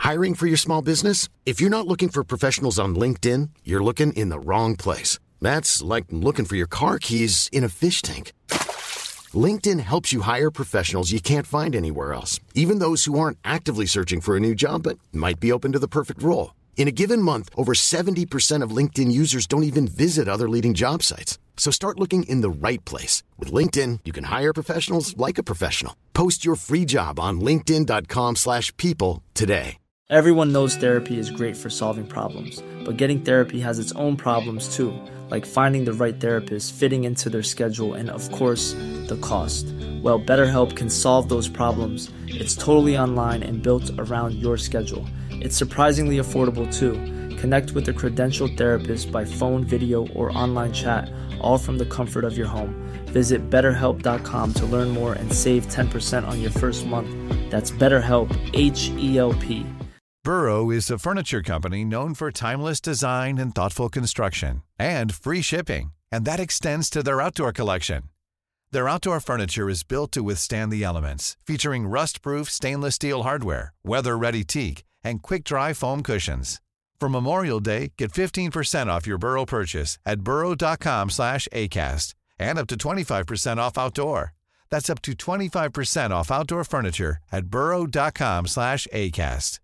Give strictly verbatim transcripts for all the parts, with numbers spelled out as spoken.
Hiring for your small business? If you're not looking for professionals on LinkedIn, you're looking in the wrong place. That's like looking for your car keys in a fish tank. LinkedIn helps you hire professionals you can't find anywhere else, even those who aren't actively searching for a new job but might be open to the perfect role. In a given month, over seventy percent of LinkedIn users don't even visit other leading job sites. So start looking in the right place. With LinkedIn, you can hire professionals like a professional. Post your free job on linkedin dot com slash people today. Everyone knows therapy is great for solving problems, but getting therapy has its own problems too, like finding the right therapist, fitting into their schedule, and of course, the cost. Well, BetterHelp can solve those problems. It's totally online and built around your schedule. It's surprisingly affordable too. Connect with a credentialed therapist by phone, video, or online chat, all from the comfort of your home. Visit better help dot com to learn more and save ten percent on your first month. That's BetterHelp, H E L P. Burrow is a furniture company known for timeless design and thoughtful construction, and free shipping, and that extends to their outdoor collection. Their outdoor furniture is built to withstand the elements, featuring rust-proof stainless steel hardware, weather-ready teak, and quick-dry foam cushions. For Memorial Day, get fifteen percent off your Burrow purchase at burrow dot com slash acast, and up to twenty-five percent off outdoor. That's up to twenty-five percent off outdoor furniture at burrow dot com slash acast.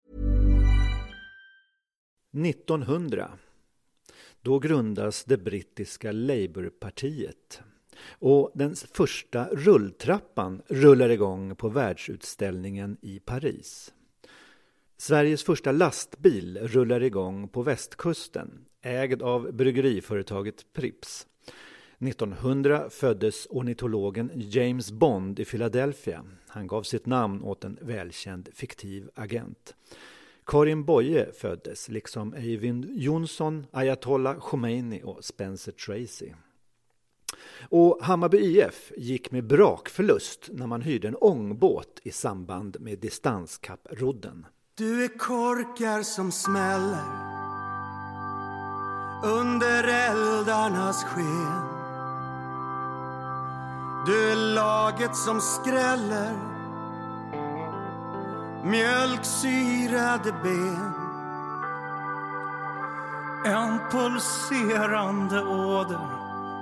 nittonhundra. Då grundas det brittiska Labourpartiet. Och den första rulltrappan rullar igång på världsutställningen i Paris. Sveriges första lastbil rullar igång på västkusten, ägd av bryggeriföretaget Pripps. nittonhundra föddes ornitologen James Bond i Philadelphia. Han gav sitt namn åt en välkänd fiktiv agent. Karin Boye föddes, liksom Eyvind Johnson, Ayatollah Khomeini och Spencer Tracy. Och Hammarby I F gick med brakförlust när man hyrde en ångbåt i samband med distanskapprodden. Du är korkar som smäller under eldarnas sken. Du är laget som skräller mjölksyrade ben. En pulserande åder.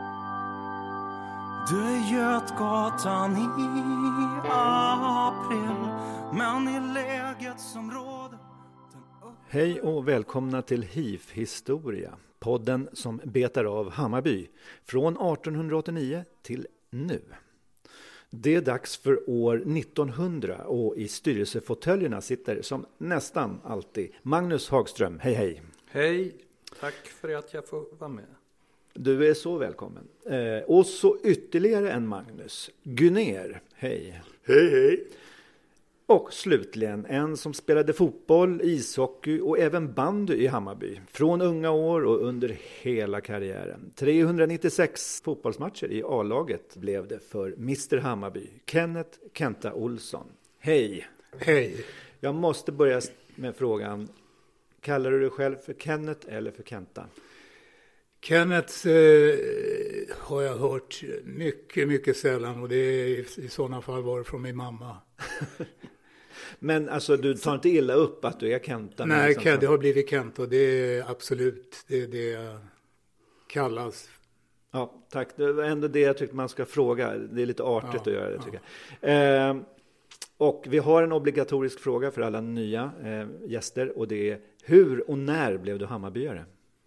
Du är Götgatan i april, men i läget som råder. Hej och välkomna till H I F-historia, podden som betar av Hammarby från artonhundraåttionio till nu. Det är dags för år nittonhundra och i styrelsefåtöljerna sitter som nästan alltid Magnus Hagström. Hej hej! Hej, tack för att jag får vara med. Du är så välkommen. Eh, och så ytterligare en Magnus, Gunner. Hej! Hej hej! Och slutligen en som spelade fotboll, ishockey och även bandy i Hammarby. Från unga år och under hela karriären. trehundranittiosex fotbollsmatcher i A-laget blev det för mister Hammarby. Kenneth Kenta Olsson. Hej! Hej! Jag måste börja med frågan. Kallar du dig själv för Kenneth eller för Kenta? Kenneth eh, har jag hört mycket, mycket sällan. Och det är i, i sådana fall var det från min mamma. Men alltså du tar inte illa upp att du är Kenta? Nej, Ken, det har blivit Kenta och det är absolut det, det jag kallas. Ja, tack. Det var ändå det jag tyckte man ska fråga. Det är lite artigt ja, att göra det tycker ja. jag. Eh, och vi har en obligatorisk fråga för alla nya eh, gäster och det är: hur och när blev du Hammarbyare?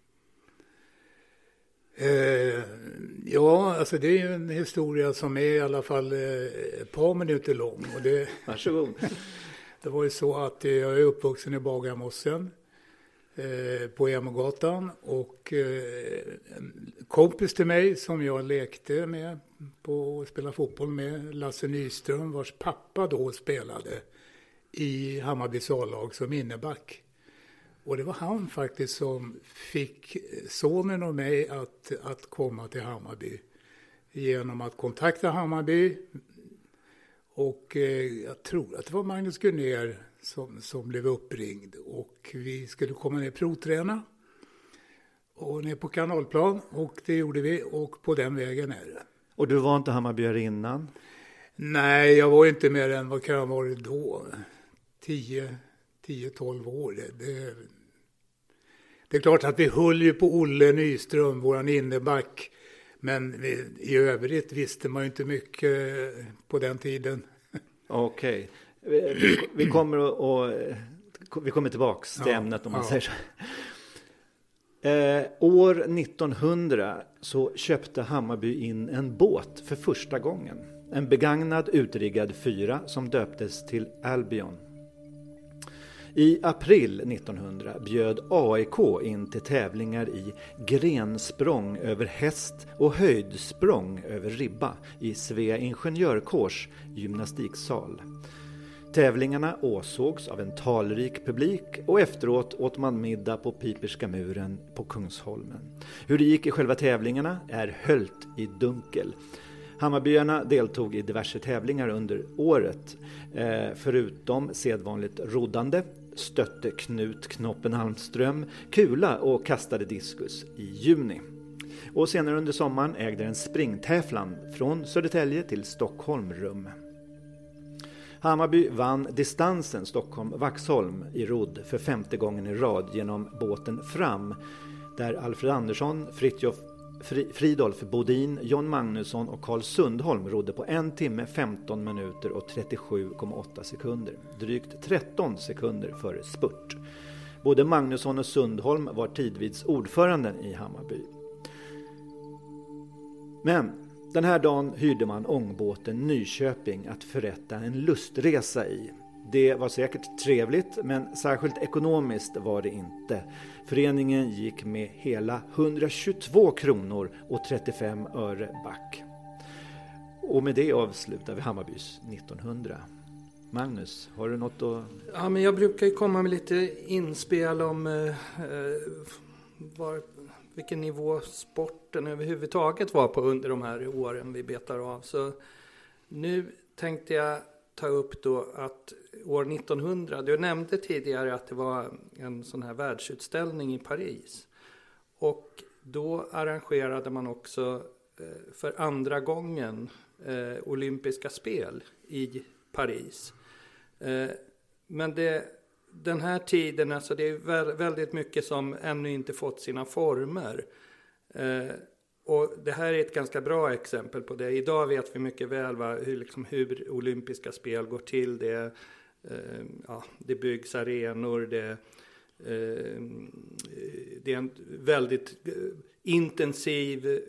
Eh, ja, alltså det är ju en historia som är i alla fall eh, ett par minuter lång. Och det, Varsågod. Det var ju så att eh, jag är uppvuxen i Bagarmossen eh, på Emogatan och eh, en kompis till mig som jag lekte med på och spelade fotboll med, Lasse Nyström, vars pappa då spelade i Hammarbys A-lag som inneback. Och det var han faktiskt som fick sonen och mig att, att komma till Hammarby genom att kontakta Hammarby. Och eh, jag tror att det var Magnus Gunner som, som blev uppringd. Och vi skulle komma ner och provträna. Och ner på Kanalplan. Och det gjorde vi. Och på den vägen är det. Och du var inte Hammarbyare innan? Nej, jag var inte mer än, vad kan jag ha varit då? tio tio tolv år. Det, det, det är klart att vi höll ju på Olle Nyström, våran inneback. Men vi, i övrigt visste man ju inte mycket på den tiden. Okej. Okay. Vi, vi kommer och, och vi kommer tillbaks till ja, ämnet om man ja. säger så. Eh, år nittonhundra så köpte Hammarby in en båt för första gången. En begagnad utriggad fyra som döptes till Albion. I april nittonhundra bjöd A I K in till tävlingar i grensprång över häst och höjdsprång över ribba i Svea Ingenjörkårs gymnastiksal. Tävlingarna åsågs av en talrik publik och efteråt åt man middag på Piperska muren på Kungsholmen. Hur det gick i själva tävlingarna är höljt i dunkel. Hammarbyarna deltog i diverse tävlingar under året. Eh, förutom sedvanligt roddande stötte Knut Knoppen Halmström kula och kastade diskus i juni. Och senare under sommaren ägde en springtävlan från Södertälje till Stockholm rum. Hammarby vann distansen Stockholm-Vaxholm i rodd för femte gången i rad genom båten Fram, där Alfred Andersson, Fritjof Fridolf Bodin, John Magnusson och Carl Sundholm rodde på en timme, femton minuter och trettiosju komma åtta sekunder. Drygt tretton sekunder före spurt. Både Magnusson och Sundholm var tidvis ordföranden i Hammarby. Men den här dagen hyrde man ångbåten Nyköping att förrätta en lustresa i. Det var säkert trevligt, men särskilt ekonomiskt var det inte. Föreningen gick med hela hundratjugotvå kronor och trettiofem öre back. Och med det avslutar vi Hammarbys nittonhundra. Magnus, har du något att... Ja, men jag brukar ju komma med lite inspel om eh, var, vilken nivå sporten överhuvudtaget var på under de här åren vi betar av. Så nu tänkte jag ta upp då att år nittonhundra, du nämnde tidigare att det var en sån här världsutställning i Paris. Och då arrangerade man också eh, för andra gången eh, olympiska spel i Paris. Eh, men det, den här tiden, alltså det är vä- väldigt mycket som ännu inte fått sina former. Eh, Och det här är ett ganska bra exempel på det. Idag vet vi mycket väl va, hur, liksom, hur olympiska spel går till. Det, eh, ja, det byggs arenor. Det, eh, det är en väldigt intensiv,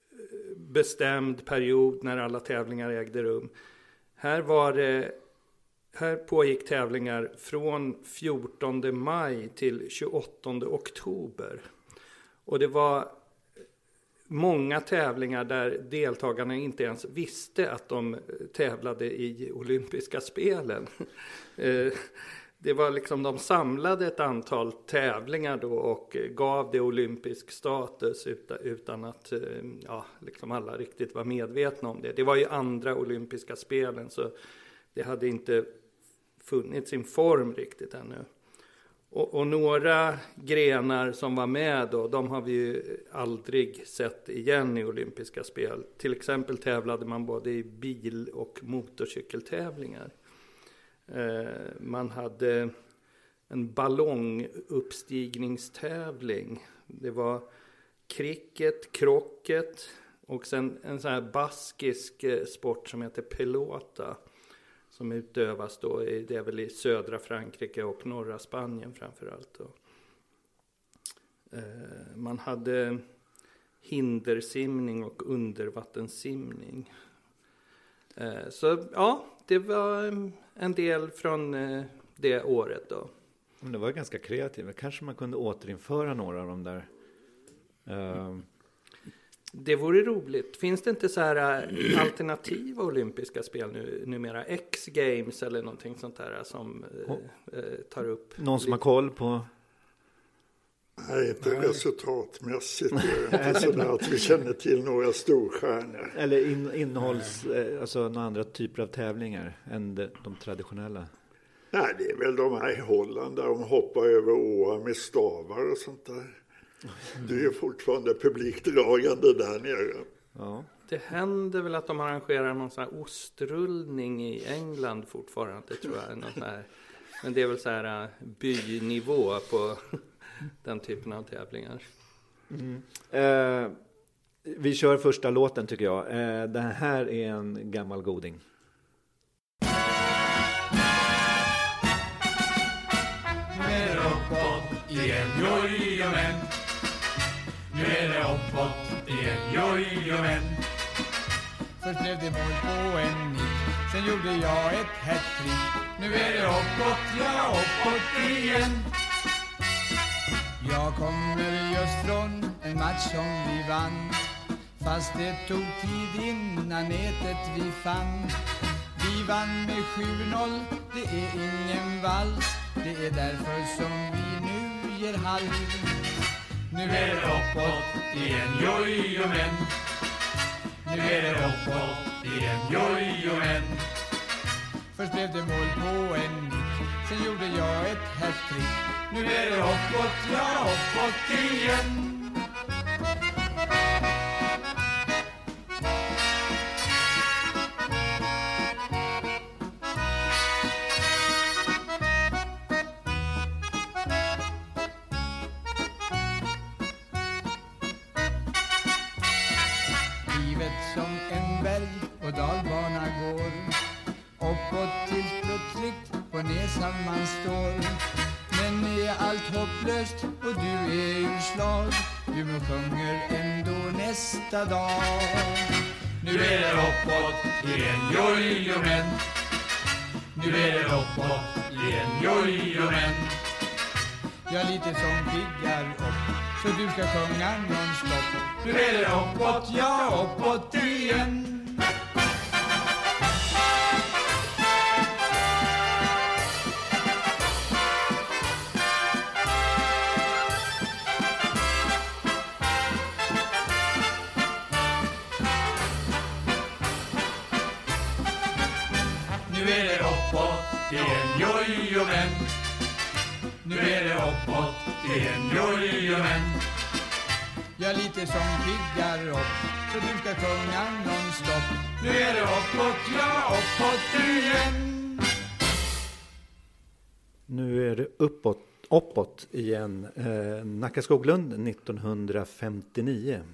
bestämd period när alla tävlingar ägde rum. Här, var det, här pågick tävlingar från fjortonde maj till tjugoåttonde oktober. Och det var... många tävlingar där deltagarna inte ens visste att de tävlade i olympiska spelen. Det var liksom, de samlade ett antal tävlingar då och gav det olympisk status utan att ja, liksom alla riktigt var medvetna om det. Det var ju andra olympiska spelen, så det hade inte funnit sin form riktigt ännu. Och, och några grenar som var med då, de har vi ju aldrig sett igen i olympiska spel. Till exempel tävlade man både i bil- och motorcykeltävlingar. Eh, man hade en ballonguppstigningstävling. Det var cricket, krocket och sen en sån här baskisk sport som heter pelota. Som utövas då, det är väl i södra Frankrike och norra Spanien framförallt. Man hade hindersimning och undervattenssimning. Så ja, det var en del från det året då. Det var ganska kreativt. Kanske man kunde återinföra några av de där... Uh... Det vore roligt. Finns det inte så här alternativa olympiska spel nu, numera? X-games eller någonting sånt där som oh. eh, tar upp... Någon som har koll på... Nej, inte Nej. resultatmässigt. Det är inte sådär att vi känner till några storstjärnor. Eller in, innehålls, eh, alltså några andra typer av tävlingar än de, de traditionella? Nej, det är väl de här i Holland där de hoppar över åar med stavar och sånt där. Det är fortfarande publikdragande där nere. Ja. Det händer väl att de arrangerar någon sån här ostrullning i England fortfarande, tror jag. Någon sån här Men det är väl så här bynivå på den typen av tävlingar. Mm. Eh, vi kör första låten tycker jag. Eh, det här är en gammal goding. Nu är det uppåt igen, jojomen. Nu är det uppåt igen, jojomen. Först blev det mål på en nick, sen gjorde jag ett hattrick. Nu är det uppåt, ja uppåt igen. Jag kommer just från en match som vi vann, fast det tog tid innan nätet vi fann. Vi vann med sju noll, det är ingen vals, det är därför som vi nu ger halv. Nu är det uppåt igen, jojomen. Nu är det uppåt igen, jojomen. Först blev det mål på en nick, sen gjorde jag ett hattrick. Nu är det uppåt, ja uppåt igen. Livet som en berg- och dalbana går, uppåt tills plötsligt på näsan man står. Men är allt hopplöst och du är ur slag, du må sjunger ändå nästa dag. Nu är det uppåt igen, jojomen. Nu är det uppåt igen, jojomen. Jag lite som piggar upp, så du ska sjunga nonstop. Nu är det uppåt, ja uppåt igen. Nu är det uppåt igen, jojomen. Nu är det uppåt igen, jojomen. Jag lite som piggar upp, så du ska sjunga nonstop. Nu är det uppåt, ja uppåt igen. Nu är det uppåt, uppåt igen. Eh, Nacka Skoglund nittonhundrafemtionio.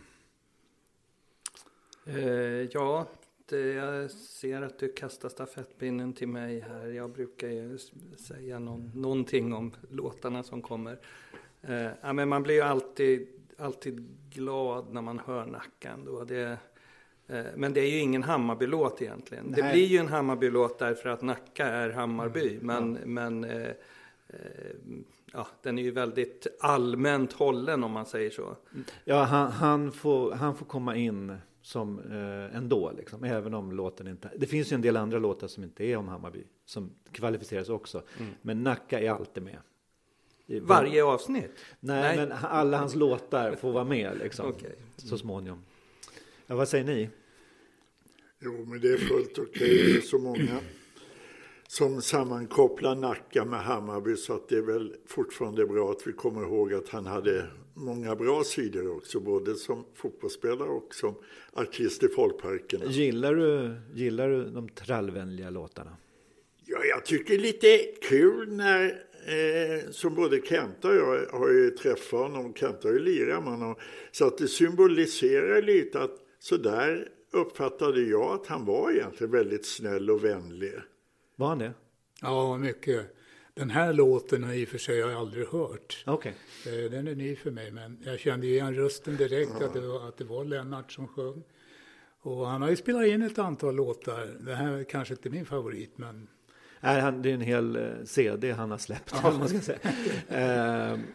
Eh, ja, det, jag ser att du kastar stafettpinnen till mig här. Jag brukar ju säga någon, någonting om låtarna som kommer. Eh, ja, men man blir ju alltid, alltid glad när man hör Nackan då. Det, eh, men det är ju ingen Hammarby-låt egentligen. Nej. Det blir ju en Hammarby-låt därför att Nacka är Hammarby. Mm. Men, Ja. men eh, eh, ja, den är ju väldigt allmänt hållen om man säger så. Ja, han, han, får, han får komma in som eh, ändå, liksom, även om låten inte... Det finns ju en del andra låtar som inte är om Hammarby, som kvalificeras också. Mm. Men Nacka är alltid med. I, Varje avsnitt? Nej, Nej, men alla hans låtar får vara med, liksom, okay. så småningom. Ja, vad säger ni? Jo, men det är fullt okej. Det är så många som sammankopplar Nacka med Hammarby, så att det är väl fortfarande bra att vi kommer ihåg att han hade många bra sidor också, både som fotbollsspelare och som artist i folkparkerna. Gillar du, gillar du de trallvänliga låtarna? Ja, jag tycker lite kul när, eh, som både Kenta och jag har ju träffat honom, Kenta ju lirar man och, så att det symboliserar lite att så där uppfattade jag att han var egentligen väldigt snäll och vänlig. Var han det? Ja, mycket. Den här låten har i och för sig jag aldrig hört. Okay. Den är ny för mig, men jag kände igen rösten direkt, ja. att, det var, att det var Lennart som sjöng. Och han har ju spelat in ett antal låtar. Det här är kanske inte min favorit, men... Nej, han, det är en hel uh, C D han har släppt, ja. man ska säga. uh,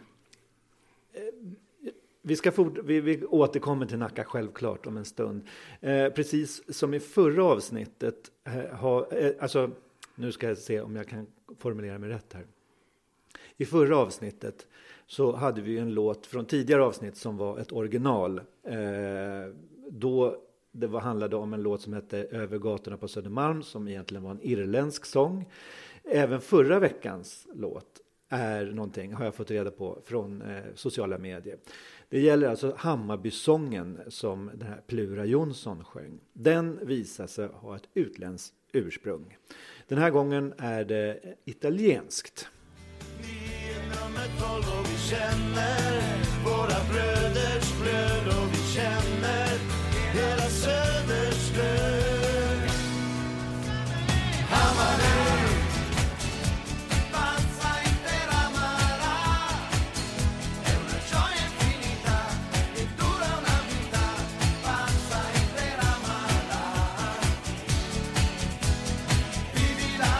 vi, ska fort, vi, vi återkommer till Nacka självklart om en stund. Uh, precis som i förra avsnittet, uh, ha, uh, alltså... Nu ska jag se om jag kan formulera mig rätt här. I förra avsnittet så hade vi en låt från tidigare avsnitt som var ett original. Eh, då det var, handlade om en låt som hette Över gatorna på Södermalm, som egentligen var en irländsk sång. Även förra veckans låt är någonting, har jag fått reda på från eh, sociala medier. Det gäller alltså Hammarbysången som den här Plura Jonsson sjöng. Den visar sig ha ett utländskt ursprung. Den här gången är det italienskt. Vi är nummer tolv och vi känner våra bröders bröd och vi känner hela söders glöd. Hammare, pazza intera mala, è una gioia infinita, e dura una vita, pazza intera mala. Vivila,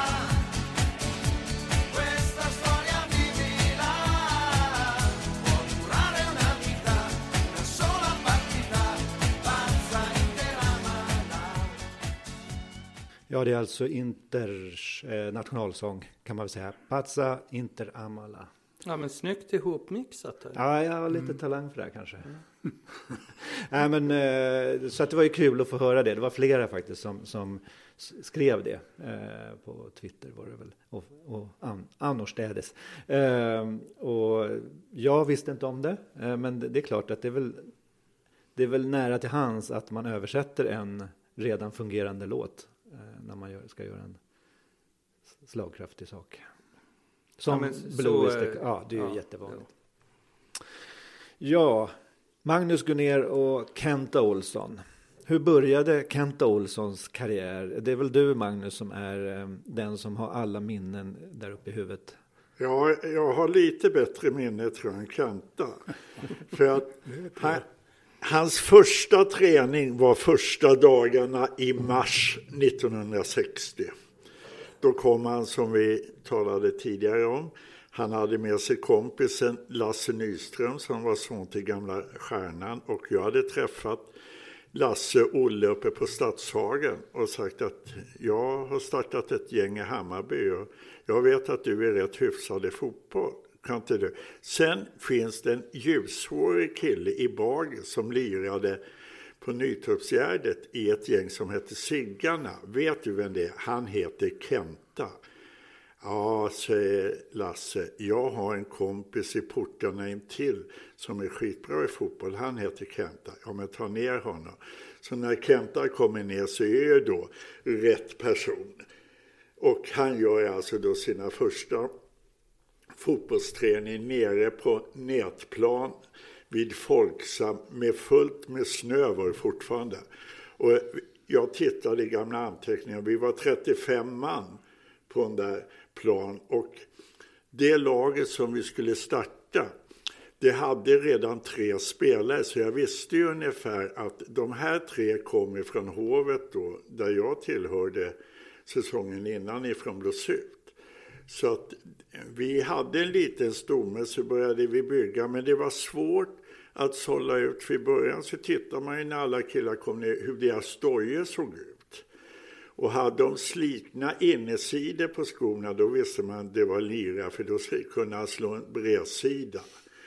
questa storia vivila, può durare una vita, una sola partita, pazza intera mala. Ja, det är alltså Inters eh, nationalsång kan man väl säga. Pazza Inter Amala. Ja, men snyggt ihopmixat där. Ja, jag har lite mm. talang för det här kanske. Mm. Nej, men, eh, så att det var ju kul att få höra det. Det var flera faktiskt som, som skrev det eh, på Twitter var det väl. Och, och an, annorstädes. Eh, och jag visste inte om det. Eh, men det, det är klart att det är väl, det är väl nära till hands att man översätter en redan fungerande låt. När man gör, ska göra en slagkraftig sak. Som ja, Blue så, is the, ja, det är ju ja, jättevanligt. Ja, Magnus Gunnér och Kenta Olsson. Hur började Kenta Olssons karriär? Det är väl du, Magnus, som är eh, den som har alla minnen där uppe i huvudet? Ja, jag har lite bättre minne tror jag än Kenta. För att han, hans första träning var första dagarna i mars nittonhundrasextio. Då kom han, som vi talade tidigare om. Han hade med sig kompisen Lasse Nyström som var son till gamla Stjärnan. Och jag hade träffat Lasse och Olle uppe på Stadshagen och sagt att jag har startat ett gäng i Hammarby och jag vet att du är rätt hyfsad i fotboll. Kan inte du? Sen finns det en ljushårig kille i Bag som lirade på Nytorpsgärdet i ett gäng som heter Siggarna. Vet du vem det är? Han heter Kenta. Ja, säger Lasse, jag har en kompis i portarna intill som är skitbra i fotboll. Han heter Kenta. Ja, men ta ner honom. Så när Kenta kommer ner så är det då rätt person. Och han gör alltså då sina första fotbollsträning nere på nätplan vid Folksam med fullt med snö var fortfarande. Och jag tittade i gamla anteckningar. Vi var trettiofem man på den där plan och det laget som vi skulle starta, det hade redan tre spelare så jag visste ju ungefär att de här tre kom ifrån Hovet då, där jag tillhörde säsongen innan ifrån Blåsut. Så att vi hade en liten stomme så började vi bygga, men det var svårt att sålla ut. För i början så tittar man ju när alla killar kom ner hur deras stojer såg ut. Och hade de slitna innersidor på skorna, då visste man att det var lira, för då kunde han slå en bredsida.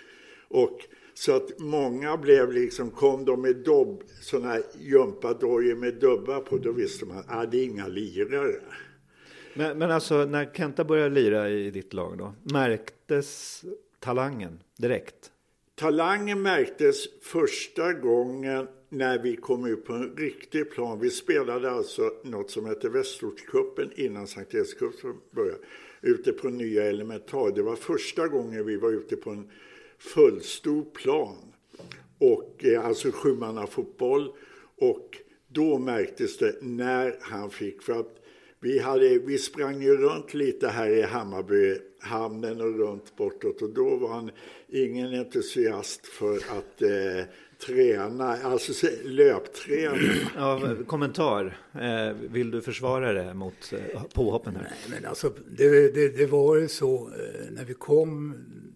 Och så att många blev liksom, kom de med dobb, sådana här jumpadojor med dubbar på, då visste man att ah, det är inga lirare. Men, men alltså när Kenta började lira i ditt lag då, märktes talangen direkt? Talangen märktes första gången när vi kom ut på en riktig plan. Vi spelade alltså något som heter Västerortscupen innan Sankt Erikscupen började. Ute på nya elementar. Det var första gången vi var ute på en fullstor plan. Och eh, alltså sjumannafotboll. Och då märktes det när han fick, för att vi, hade, vi sprang ju runt lite här i Hammarby, hamnen och runt bortåt. Och då var han ingen entusiast för att eh, träna, alltså löpträna. Ja, kommentar. Eh, vill du försvara det mot eh, påhoppen här? Nej, men alltså det, det, det var ju så eh, när vi kom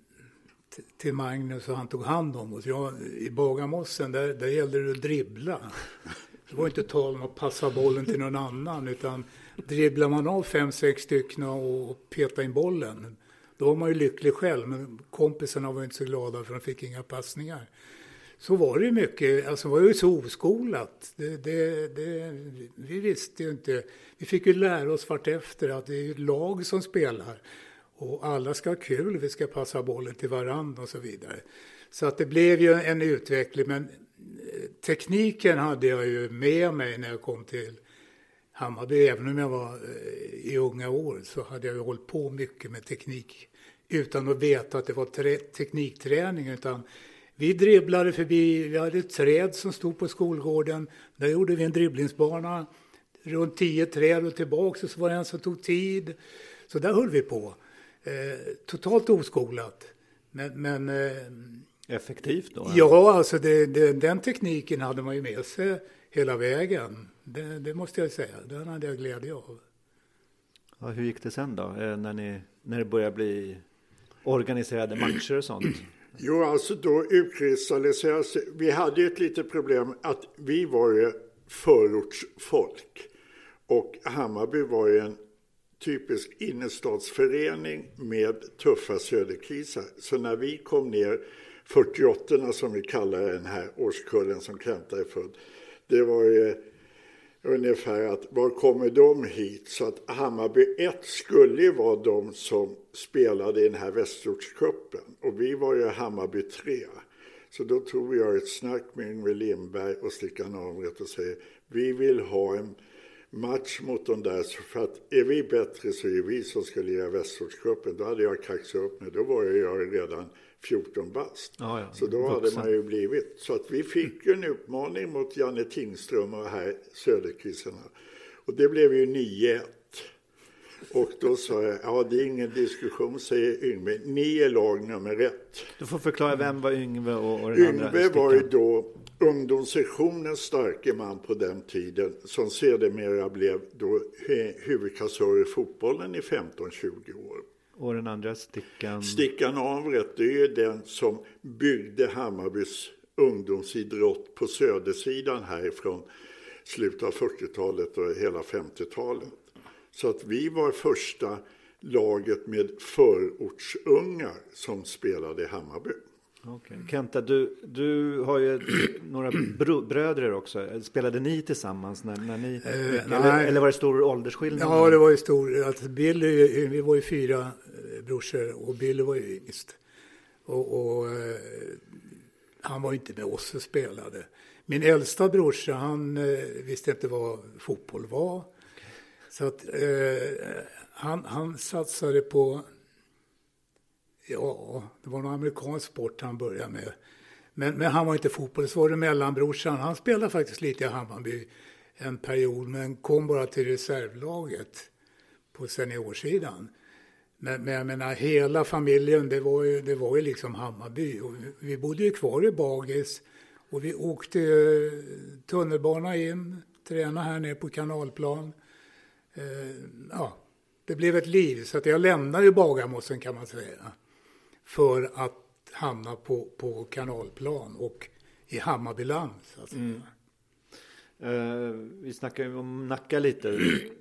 t- till Magnus och han tog hand om oss. Jag, i Bagarmossen, där, där gällde det att dribbla. Det var inte tal om att passa bollen till någon annan, utan dribblar man av fem, sex stycken och peta in bollen, då var man ju lycklig själv, men kompisarna var inte så glada för de fick inga passningar. Så var det ju mycket, alltså var ju så oskolat. Det, det, det, vi visste ju inte, vi fick ju lära oss vart efter att det är ett lag som spelar och alla ska ha kul, vi ska passa bollen till varandra och så vidare. Så att det blev ju en utveckling, men tekniken hade jag ju med mig när jag kom till Hammarby, även om jag var i unga år, så hade jag ju hållit på mycket med teknik utan att veta att det var tre- teknikträning. Utan vi dribblade förbi, vi hade ett träd som stod på skolgården. Där gjorde vi en dribblingsbana runt tio träd och tillbaka, så var det en som tog tid. Så där höll vi på. Eh, totalt oskolat. Men... men eh, effektivt då? Ja, alltså det, det, den tekniken hade man ju med sig hela vägen. Det, det måste jag säga. Den hade jag glädje av. Ja, hur gick det sen då? Eh, när, ni, när det började bli organiserade matcher och sånt? Jo, alltså då utkristalliserades. Vi hade ett litet problem att vi var ju förortsfolk. Och Hammarby var ju en typisk innerstadsförening med tuffa söderkrisar. Så när vi kom ner, fyrtioåtta som vi kallar den här årskullen som Kenta är född, det var ju ungefär att var kommer de hit? Så att Hammarby ett skulle ju vara de som spelade i den här Västerortscupen. Och vi var ju Hammarby tre. Så då tog jag ett snack med Yngve Lindberg och Stickan Avret och säger vi vill ha en match mot de där, för att är vi bättre så är vi som ska lira Västerortscupen. Då hade jag kaxat upp mig, då var jag redan fjorton bast. Ja, ja. Så då hade man ju blivit. Så att vi fick ju en utmaning mot Janne Tingström och här söderkrisarna. Och det blev ju nio ett. Och då sa jag, ja det är ingen diskussion, säger Yngve. Ni är lag nummer ett. Du får förklara, vem var Yngve och, och den Yngve andra? Yngve var ju då ungdomssektionens starke man på den tiden, som sedermera blev då huvudkassör i fotbollen i femton tjugo år. Och den andra Stickan? Stickan Avret, det är ju den som byggde Hammarbys ungdomsidrott på södersidan härifrån slutet av fyrtiotalet och hela femtiotalet. Så att vi var första laget med förortsungar som spelade i Hammarby. Okay. Kenta, du, du har ju några bro, bröder också. Spelade ni tillsammans när, när ni... Eh, eller, eller var det stor åldersskillnad? Ja, det var ju stor. Alltså Billy, vi var ju fyra brorsor och Billy var ju yngst. Och, och eh, han var inte med oss och spelade. Min äldsta brorsa, han eh, visste inte vad fotboll var. Okay. Så att eh, han, han satsade på... Ja, det var någon amerikansk sport han började med. Men, men han var inte fotboll, så var det mellanbrorsan. Han spelade faktiskt lite i Hammarby en period, men kom bara till reservlaget på seniorsidan. Men, men jag menar, hela familjen, det var ju, det var ju liksom Hammarby. Och vi, vi bodde ju kvar i Bagis och vi åkte tunnelbana in, tränade här nere på Kanalplan. Eh, ja, det blev ett liv, så att jag lämnade ju Bagarmossen kan man säga. För att hamna på, på Kanalplan och i Hammarbyland. Så att säga. Mm. Uh, vi snackar ju om Nacka lite.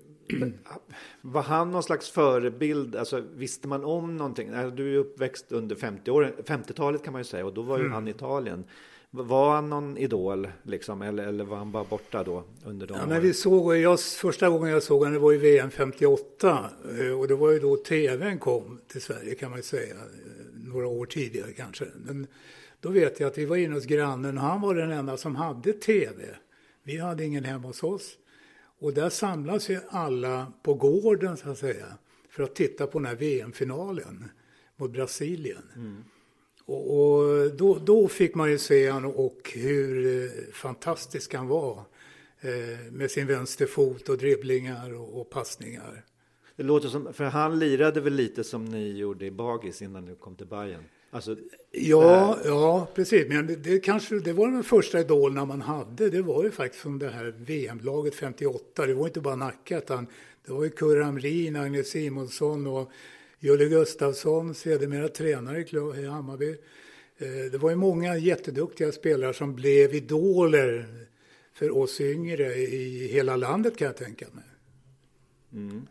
Var han någon slags förebild? Alltså, visste man om någonting? Du är uppväxt under femtiotalet kan man ju säga. Och då var ju mm. han i Italien. Var han någon idol liksom? Eller, eller var han bara borta då under de ja, åren? men vi såg, jag, första gången jag såg honom var i V M femtioåtta. Och det var ju då tvn kom till Sverige kan man ju säga. Några år tidigare kanske. Men då vet jag att vi var inne hos grannen. Och han var den enda som hade tv. Vi hade ingen hemma hos oss. Och där samlas ju alla på gården så att säga. För att titta på den här V M-finalen mot Brasilien. Mm. Och, och då, då fick man ju se han och hur eh, fantastisk han var. Eh, med sin vänsterfot och dribblingar och, och passningar. Det låter som, för han lirade väl lite som ni gjorde i Bagis innan du kom till Bayern. Alltså, ja, ja, precis. Men det, det, kanske, det var den första idolerna man hade. Det var ju faktiskt som det här V M-laget femtioåtta. Det var inte bara Nacka, utan det var ju Kurre Hamrin, Agnes Simonsson och Julle Gustafsson, sedermera tränare i Hammarby. Det var ju många jätteduktiga spelare som blev idoler för oss yngre i hela landet kan jag tänka mig. Mm.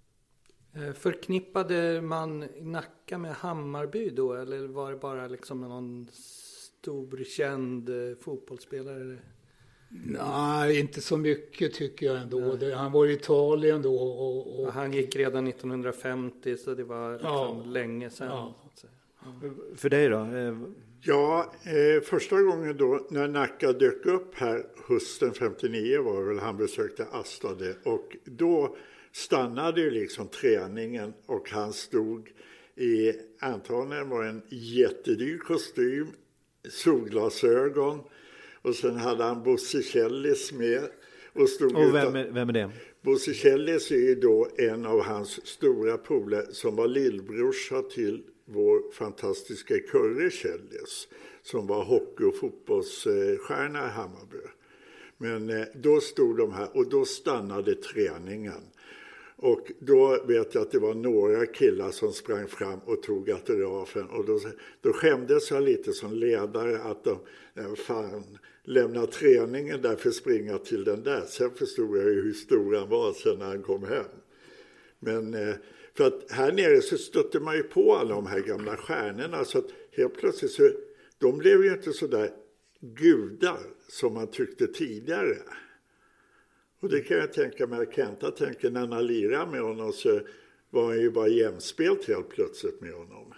Förknippade man Nacka med Hammarby då? Eller var det bara liksom någon stor känd fotbollsspelare? Nej, inte så mycket tycker jag ändå. Det, han var i Italien då. Och, och... Han gick redan nittonhundrafemtio så det var liksom ja, länge sedan. Ja. För dig då? Ja, eh, första gången då när Nacka dök upp här hösten femtionio var väl han besökte Astade, och då stannade ju liksom träningen och han stod i, antagligen var en jättedyr kostym, solglasögon, och sen hade han Bosse Kjellis med. Och, stod och vem, är, vem är det? Bosse Kjellis är ju då en av hans stora polare som var lillbrorsa till vår fantastiska Curre Kjellis, som var hockey- och fotbollsstjärna i Hammarby. Men eh, då stod de här och då stannade träningen. Och då vet jag att det var några killar som sprang fram och tog autografen. Och då, då skämdes jag lite som ledare att de eh, fan, lämnade träningen där för att springa till den där. Sen förstod jag ju hur stor han var sen när han kom hem. Men eh, för att här nere så stötte man ju på alla de här gamla stjärnorna. Så att helt plötsligt så, de blev ju inte så där gudar som man tyckte tidigare. Och det kan jag tänka mig att Kenta tänker när han lirade med honom, så var han ju bara jämspelt helt plötsligt med honom.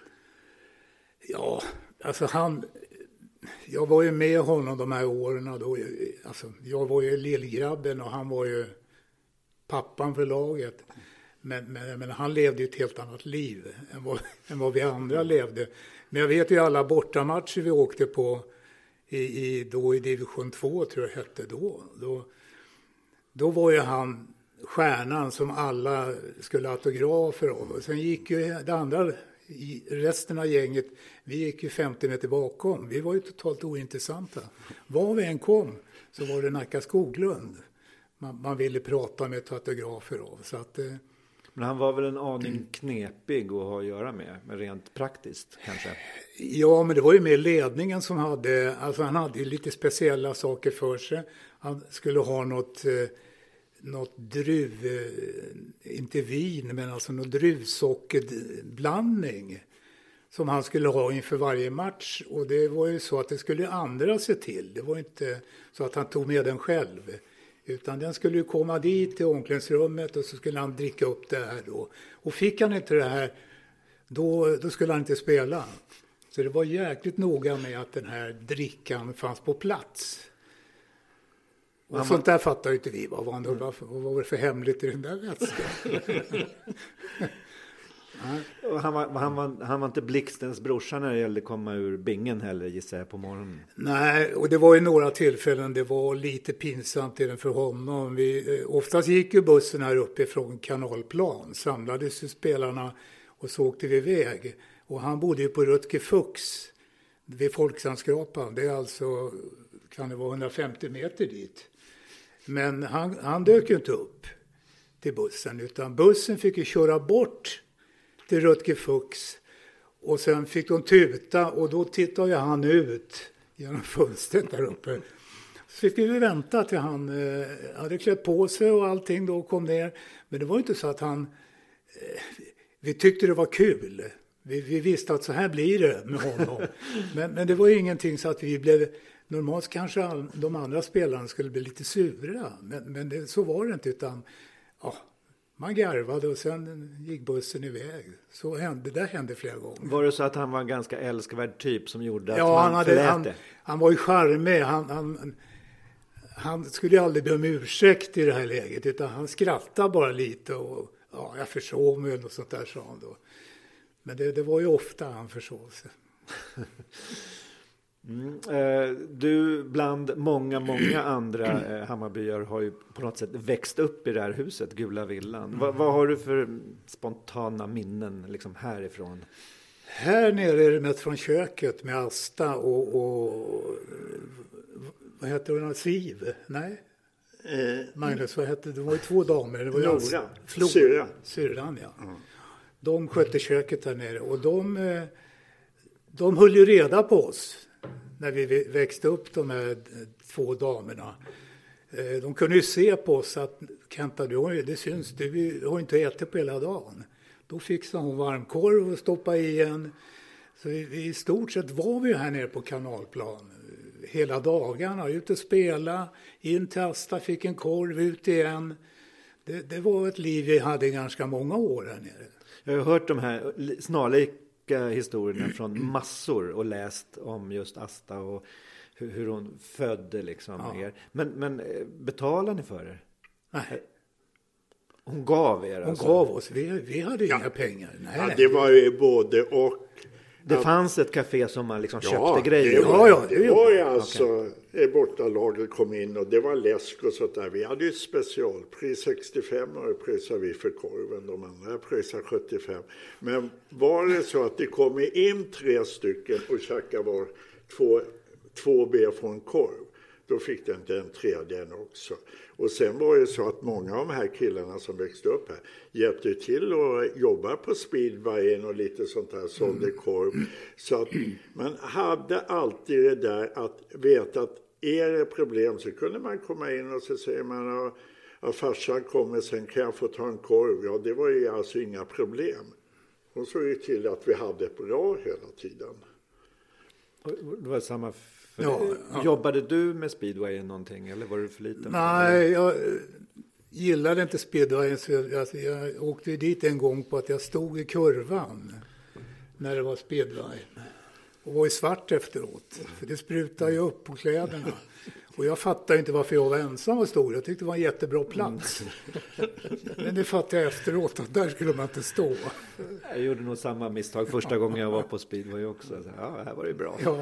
Ja, alltså han... Jag var ju med honom de här åren då. Alltså, jag var ju lillgrabben och han var ju pappan för laget. Men, men, men han levde ju ett helt annat liv än vad, än vad vi andra levde. Men jag vet ju alla bortamatcher vi åkte på i, i, då i division två, tror jag hette då. Då, då var ju han stjärnan som alla skulle autografer av. Och sen gick ju det andra, resten av gänget, vi gick ju femtio meter bakom. Vi var ju totalt ointressanta. Var vi än kom så var det Nacka Skoglund man, man ville prata med autografer av. Så att, eh, men han var väl en aning knepig att ha att göra med, med rent praktiskt kanske? Ja, men det var ju med ledningen som hade, alltså han hade ju lite speciella saker för sig. Han skulle ha något, något druv, inte vin, men alltså något druvsockerblandning som han skulle ha inför varje match. Och det var ju så att det skulle andra se till. Det var inte så att han tog med den själv. Utan den skulle ju komma dit till omklädningsrummet och så skulle han dricka upp det här då. Och fick han inte det här, då, då skulle han inte spela. Så det var jäkligt noga med att den här drickan fanns på plats. Och sånt där fattar ju inte vi. Vad var, han då, vad, vad var det för hemligt i den där vätskan? Han var, han, var, han var inte Blixtens brorsa när det gällde att komma ur bingen heller, gissar jag, på morgonen. Nej, och det var ju några tillfällen det var lite pinsamt även för honom. Vi, oftast gick ju bussen här uppe från Kanalplan, samlades ju spelarna och så åkte vi iväg. Och han bodde ju på Rutger Fuchs vid Folksamskrapan. Det är alltså, kan det vara hundrafemtio meter dit. Men han, han dök ju inte upp till bussen, utan bussen fick ju köra bort till Rutger Fuchs. Och sen fick de tuta och då tittade han ut genom fönstret där uppe. Så fick vi vänta till han eh, hade klätt på sig och allting då kom ner. Men det var inte så att han... Eh, vi tyckte det var kul. Vi, vi visste att så här blir det med honom. men, men det var ju ingenting så att vi blev... Normalt kanske all, de andra spelarna skulle bli lite sura. Men, men det, så var det inte, utan... Ja, man garvade och sen gick bussen iväg. Så hände, det hände flera gånger. Var det så att han var en ganska älskvärd typ som gjorde att ja, man han hade, förlät han, det? Han var ju charmig. Han, han, han skulle ju aldrig be om ursäkt i det här läget. Utan han skrattade bara lite och ja, jag försov mig och sånt där, sa han då. Men det, det var ju ofta han försov sig. Mm. Eh, du bland många, många andra eh, Hammarbyar har ju på något sätt växt upp i det här huset, Gula Villan. Mm. Va, vad har du för spontana minnen liksom härifrån? Här nere är det mest från köket med Asta och, och vad heter det? Siv? Nej? Eh, Magnus, vad hette det? Det var ju två damer. Det var Nora. Flor, Syrran. Syrran, ja. Mm. De skötte köket där nere och de, de höll ju reda på oss när vi växte upp, de här två damerna. De kunde ju se på oss att Kenta, du har ju, det syns, du har inte ätit på hela dagen. Då fixade hon varmkorv och stoppade i en. Så vi, i stort sett var vi här nere på Kanalplan hela dagarna. Ut och spela, in till Asta, fick en korv, ut igen. Det, det var ett liv vi hade ganska många år här nere. Jag har hört de här snarlik plocka historierna från massor och läst om just Asta och hur, hur hon födde liksom Ja. er. Men, men betalar ni för det? Nej. Hon gav er Hon alltså? gav oss, vi, vi hade inga pengar. Nej, Ja, nej. det var ju både och. Det att, fanns ett café som man liksom ja, köpte grejer. det var, Ja, ja, det det gjorde var ju det. alltså okay. Bortalaget kom in och det var läsk och sånt där. Vi hade ju specialpris sextiofem och pröjsade vi för korven. De andra pröjsade sjuttiofem. Men var det så att det kom in tre stycken och käkade var två, två B från korv, då fick den den tredje också. Och sen var det så att många av de här killarna som växte upp här hjälpte till att jobba på speedwayen och lite sånt där, sålde korv. Så att man hade alltid det där att veta att är det problem så kunde man komma in och så säger man att farsan kommer, sen kan jag få ta en korv. Ja, det var ju alltså inga problem. Hon såg ju till att vi hade det bra hela tiden. Det var samma för Ja, dig. ja. Jobbade du med speedway någonting eller var du för liten? Nej, jag eh, gillade inte speedway. Så jag, alltså, jag åkte dit en gång på att jag stod i kurvan när det var speedway. Och var i svart efteråt. För det sprutade ju upp på kläderna. Och jag fattade inte varför jag var ensam och stod. Jag tyckte det var en jättebra plats. Men det fattade jag efteråt att där skulle man inte stå. Jag gjorde nog samma misstag första gången jag var på speedway också. Så, ja, här var det bra. Ja.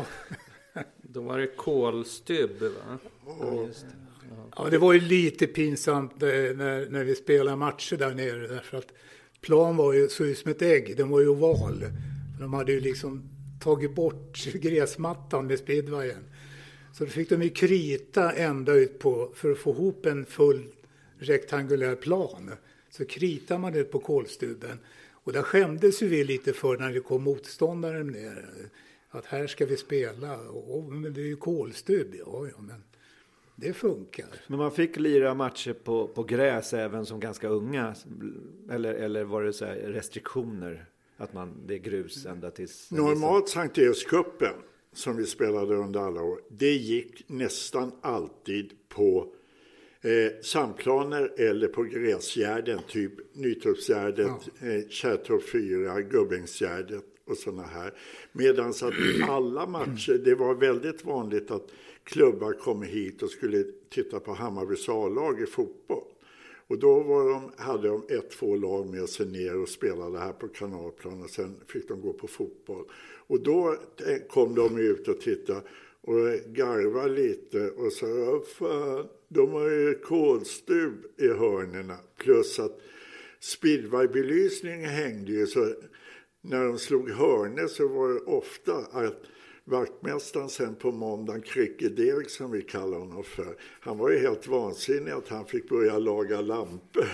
Då var det kolstybb, va? Ja, just det. Ja, det var ju lite pinsamt eh, när, när vi spelade matcher där nere. Därför att plan var ju, såg ut som ett ägg. Den var ju oval. De hade ju liksom tagit bort gräsmattan med speedwayen. Så då fick de ju krita ända ut på, för att få ihop en full rektangulär plan. Så kritar man det på kolstubben. Och där skämdes ju vi lite för när det kom motståndare ner. Att här ska vi spela. Och, men det är ju kolstubb. Ja, ja, men det funkar. Men man fick lira matcher på, på gräs även som ganska unga? Eller, eller var det så här restriktioner? Att man, det är grus ända tills... Normalt Sankt Erikscupen som vi spelade under alla år, det gick nästan alltid på eh, sandplaner eller på gräsgärden, typ Nytorpsgärdet, ja. eh, Kärrtorp fyra, Gubbängsgärdet och sådana här. Medan att alla matcher, det var väldigt vanligt att klubbar kom hit och skulle titta på Hammarbys A-lag i fotboll. Och då var de, hade de ett, två lag med sig ner och spelade här på kanalplan och sen fick de gå på fotboll. Och då kom de ut och tittade och garvade lite och sa, fan, de har ju kolstub i hörnerna. Plus att speedwaybelysningen hängde ju, så när de slog hörner så var det ofta att vaktmästaren sen på måndagen, Krickedeg som vi kallar honom för, han var ju helt vansinnig att han fick börja laga lampor.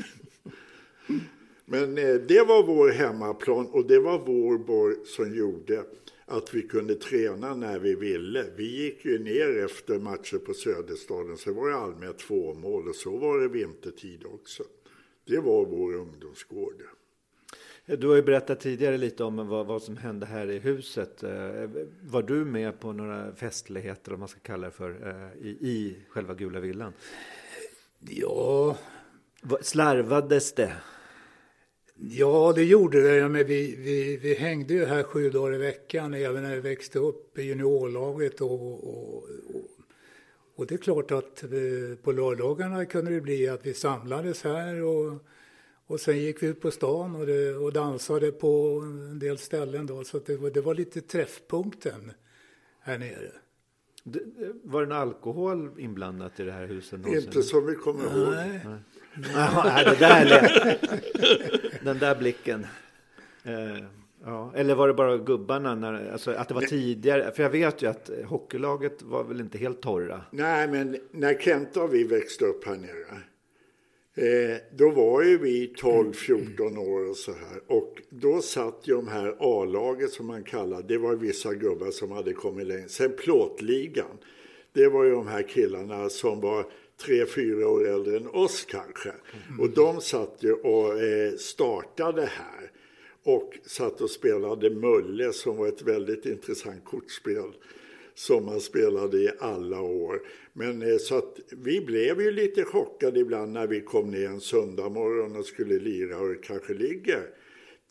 Men eh, det var vår hemmaplan och det var vår borg som gjorde att vi kunde träna när vi ville. Vi gick ju ner efter matcher på Söderstaden, så var det allmänt två mål och så var det vintertid också. Det var vår ungdomsgård. Du har ju berättat tidigare lite om vad, vad som hände här i huset. Var du med på några festligheter, om man ska kalla det för, i, i själva Gula villan? Ja. Slarvades det? Ja, det gjorde det. Men vi, vi, vi hängde ju här sju dagar i veckan även när vi växte upp i juniorlaget. Och, och, och, och det är klart att vi, på lördagarna kunde det bli att vi samlades här och... Och sen gick vi ut på stan och, det, och dansade på en del ställen då. Så att det, var, det var lite träffpunkten här nere. Det, var det någon alkohol inblandat i det här huset någonsin? Inte som vi kommer ihåg. Nej. Nej. Nej, det där lät. Den där blicken. Eh, ja. Eller var det bara gubbarna? När, alltså att det var Nej. tidigare? För jag vet ju att hockeylaget var väl inte helt torra. Nej, men när Kent och vi växte upp här nere. Eh, då var ju vi tolv fjorton år och så här. Och då satt ju de här A-laget som man kallar. Det var vissa gubbar som hade kommit längre. Sen plåtligan. Det var ju de här killarna som var tre, fyra år äldre än oss kanske. Mm. Och de satt ju och eh, startade här. Och satt och spelade Mulle som var ett väldigt intressant kortspel. Som man spelade i alla år. Men eh, så att vi blev ju lite chockade ibland när vi kom ner en söndag morgon och skulle lira och det kanske ligger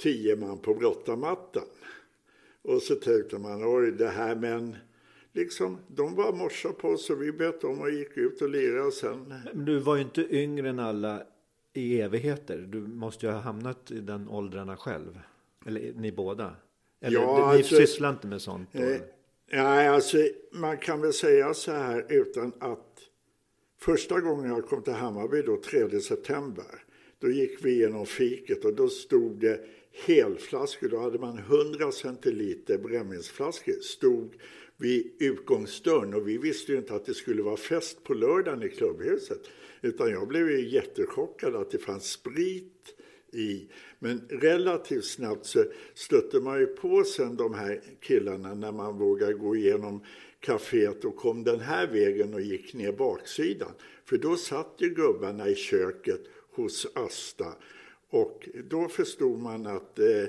tio man på brottarmattan. Och så tänkte man, oj det här, men liksom, de var morsa på så vi bet om och gick ut och lirade och sen... Men du var ju inte yngre än alla i evigheter. Du måste ju ha hamnat i den åldrarna själv. Eller ni båda. Eller ja, du, ni alltså, sysslar inte med sånt då? Eh, nej, alltså man kan väl säga så här utan att första gången jag kom till Hammarby då, tredje september, då gick vi igenom fiket och då stod det helflaskor. Då hade man hundra centiliter brännvinsflaskor stod vid utgångsdörren och vi visste ju inte att det skulle vara fest på lördagen i klubbhuset. Utan jag blev ju jättechockad att det fanns sprit i. Men relativt snabbt så stötte man ju på sen de här killarna när man vågade gå igenom kaféet och kom den här vägen och gick ner baksidan. För då satt ju gubbarna i köket hos Asta och då förstod man att eh,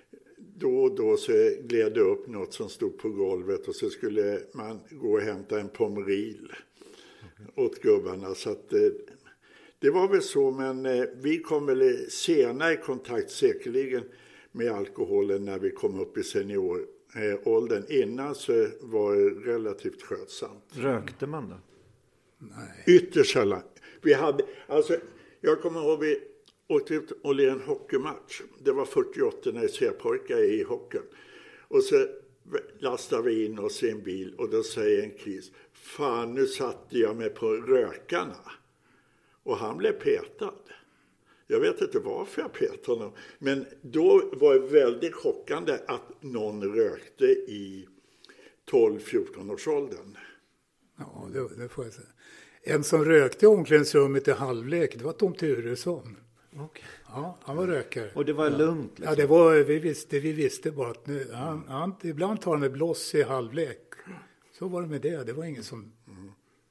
då och då så gled det upp något som stod på golvet och så skulle man gå och hämta en pommeril åt gubbarna. Så att, eh, det var väl så, men eh, vi kom väl senare i kontakt säkerligen med alkoholen när vi kom upp i senioråldern. Innan så var det relativt skötsamt. Rökte man då? Nej. Ytterst sällan. Vi hade, alltså, jag kommer ihåg vi åkte ut och lirade en hockeymatch. Det var fyrtioåtta när C-pojkar i hockeyn. Och så lastade vi in oss i en bil och då säger en kis, fan nu satte jag mig på rökarna. Och han blev petad. Jag vet inte varför jag petade honom. Men då var det väldigt chockande att någon rökte i tolv fjorton års åldern. Ja, det, det får jag säga. En som rökte i omklädningsrummet i halvlek, det var Tom Turesson. Okay. Ja, han var rökare. Och det var ja. lugnt? Liksom. Ja, det var, vi visste, vi visste bara att nu, han, han, ibland tar han ett bloss i halvlek. Så var det med det, det var ingen som... Mm.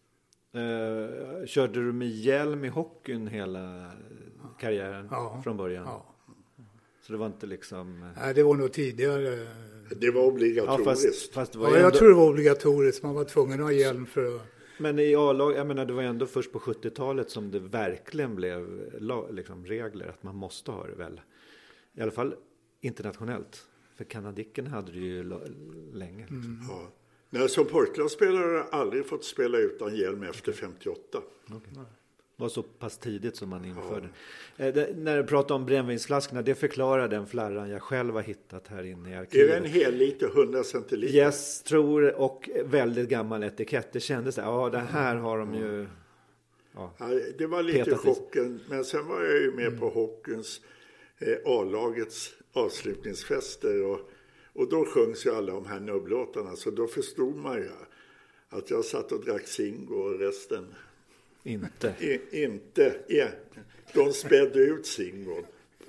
Uh, körde du med hjälm i hockeyn hela karriären ja. från början? Ja. Så det var inte liksom... Nej, det var nog tidigare. Det var obligatoriskt. Ja, fast, fast det var ja, ändå... jag tror det var obligatoriskt. Man var tvungen att ha hjälm för att... Men i A-lag, jag menar det var ändå först på sjuttiotalet som det verkligen blev liksom, regler att man måste ha det väl. I alla fall internationellt. För kanadicken hade det ju länge. Liksom. Mm. Ja. Nej, som pojklagsspelare har jag aldrig fått spela utan hjälm efter femtioåtta. Okay. Det var så pass tidigt som man införde. Ja. Eh, det, när du pratar om brännvinsflaskorna, det förklarar den flarran jag själv har hittat här inne i arkivet. Är det en hel liter, hundra centiliter? Yes, tror, och väldigt gammal etikett. Det kändes, ja det här har de ju... Ja, ja, det var lite chocken, men sen var jag ju med mm. på hockeyns eh, A-lagets avslutningsfester och, och då sjöngs ju alla de här nubblåtarna, så då förstod man ju att jag satt och drack Zingo och resten inte. I, inte, ja. De spädde ut Zingon.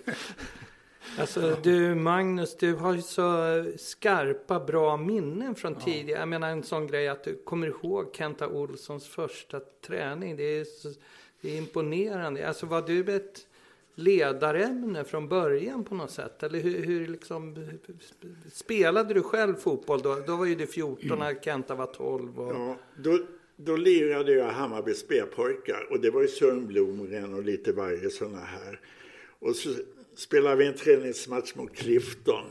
Alltså du Magnus, du har ju så skarpa bra minnen från ja. tidigare. Jag menar en sån grej att du kommer ihåg Kenta Olssons första träning. Det är, så, det är imponerande. Alltså var du ett ledarämne från början på något sätt? Eller hur, hur liksom, spelade du själv fotboll då? Då var ju du fjorton när Kenta var tolv. Och... Ja, då, då lirade jag Hammarby spelpojkar och det var ju Sören Blomgren och lite varje sådana här. Och så spelade vi en träningsmatch mot Clifton.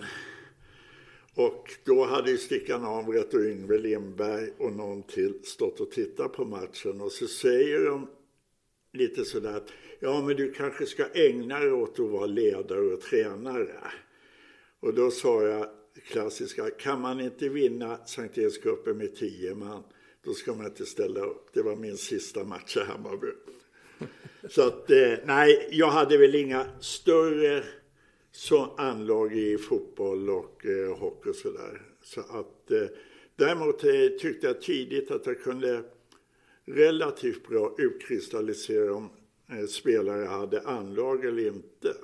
Och då hade ju Stickan Amret och Yngve Lindberg och någon till stått och tittat på matchen. Och så säger de lite sådär att ja men du kanske ska ägna dig åt att vara ledare och tränare. Och då sa jag klassiska, kan man inte vinna Sankt Erikscupen med tio man, då ska man inte ställa upp. Det var min sista match i Hammarby. Så att, eh, nej, jag hade väl inga större så anlag i fotboll och eh, hockey och sådär. Så att, eh, däremot eh, tyckte jag tidigt att jag kunde relativt bra utkristallisera om eh, spelare hade anlag eller inte.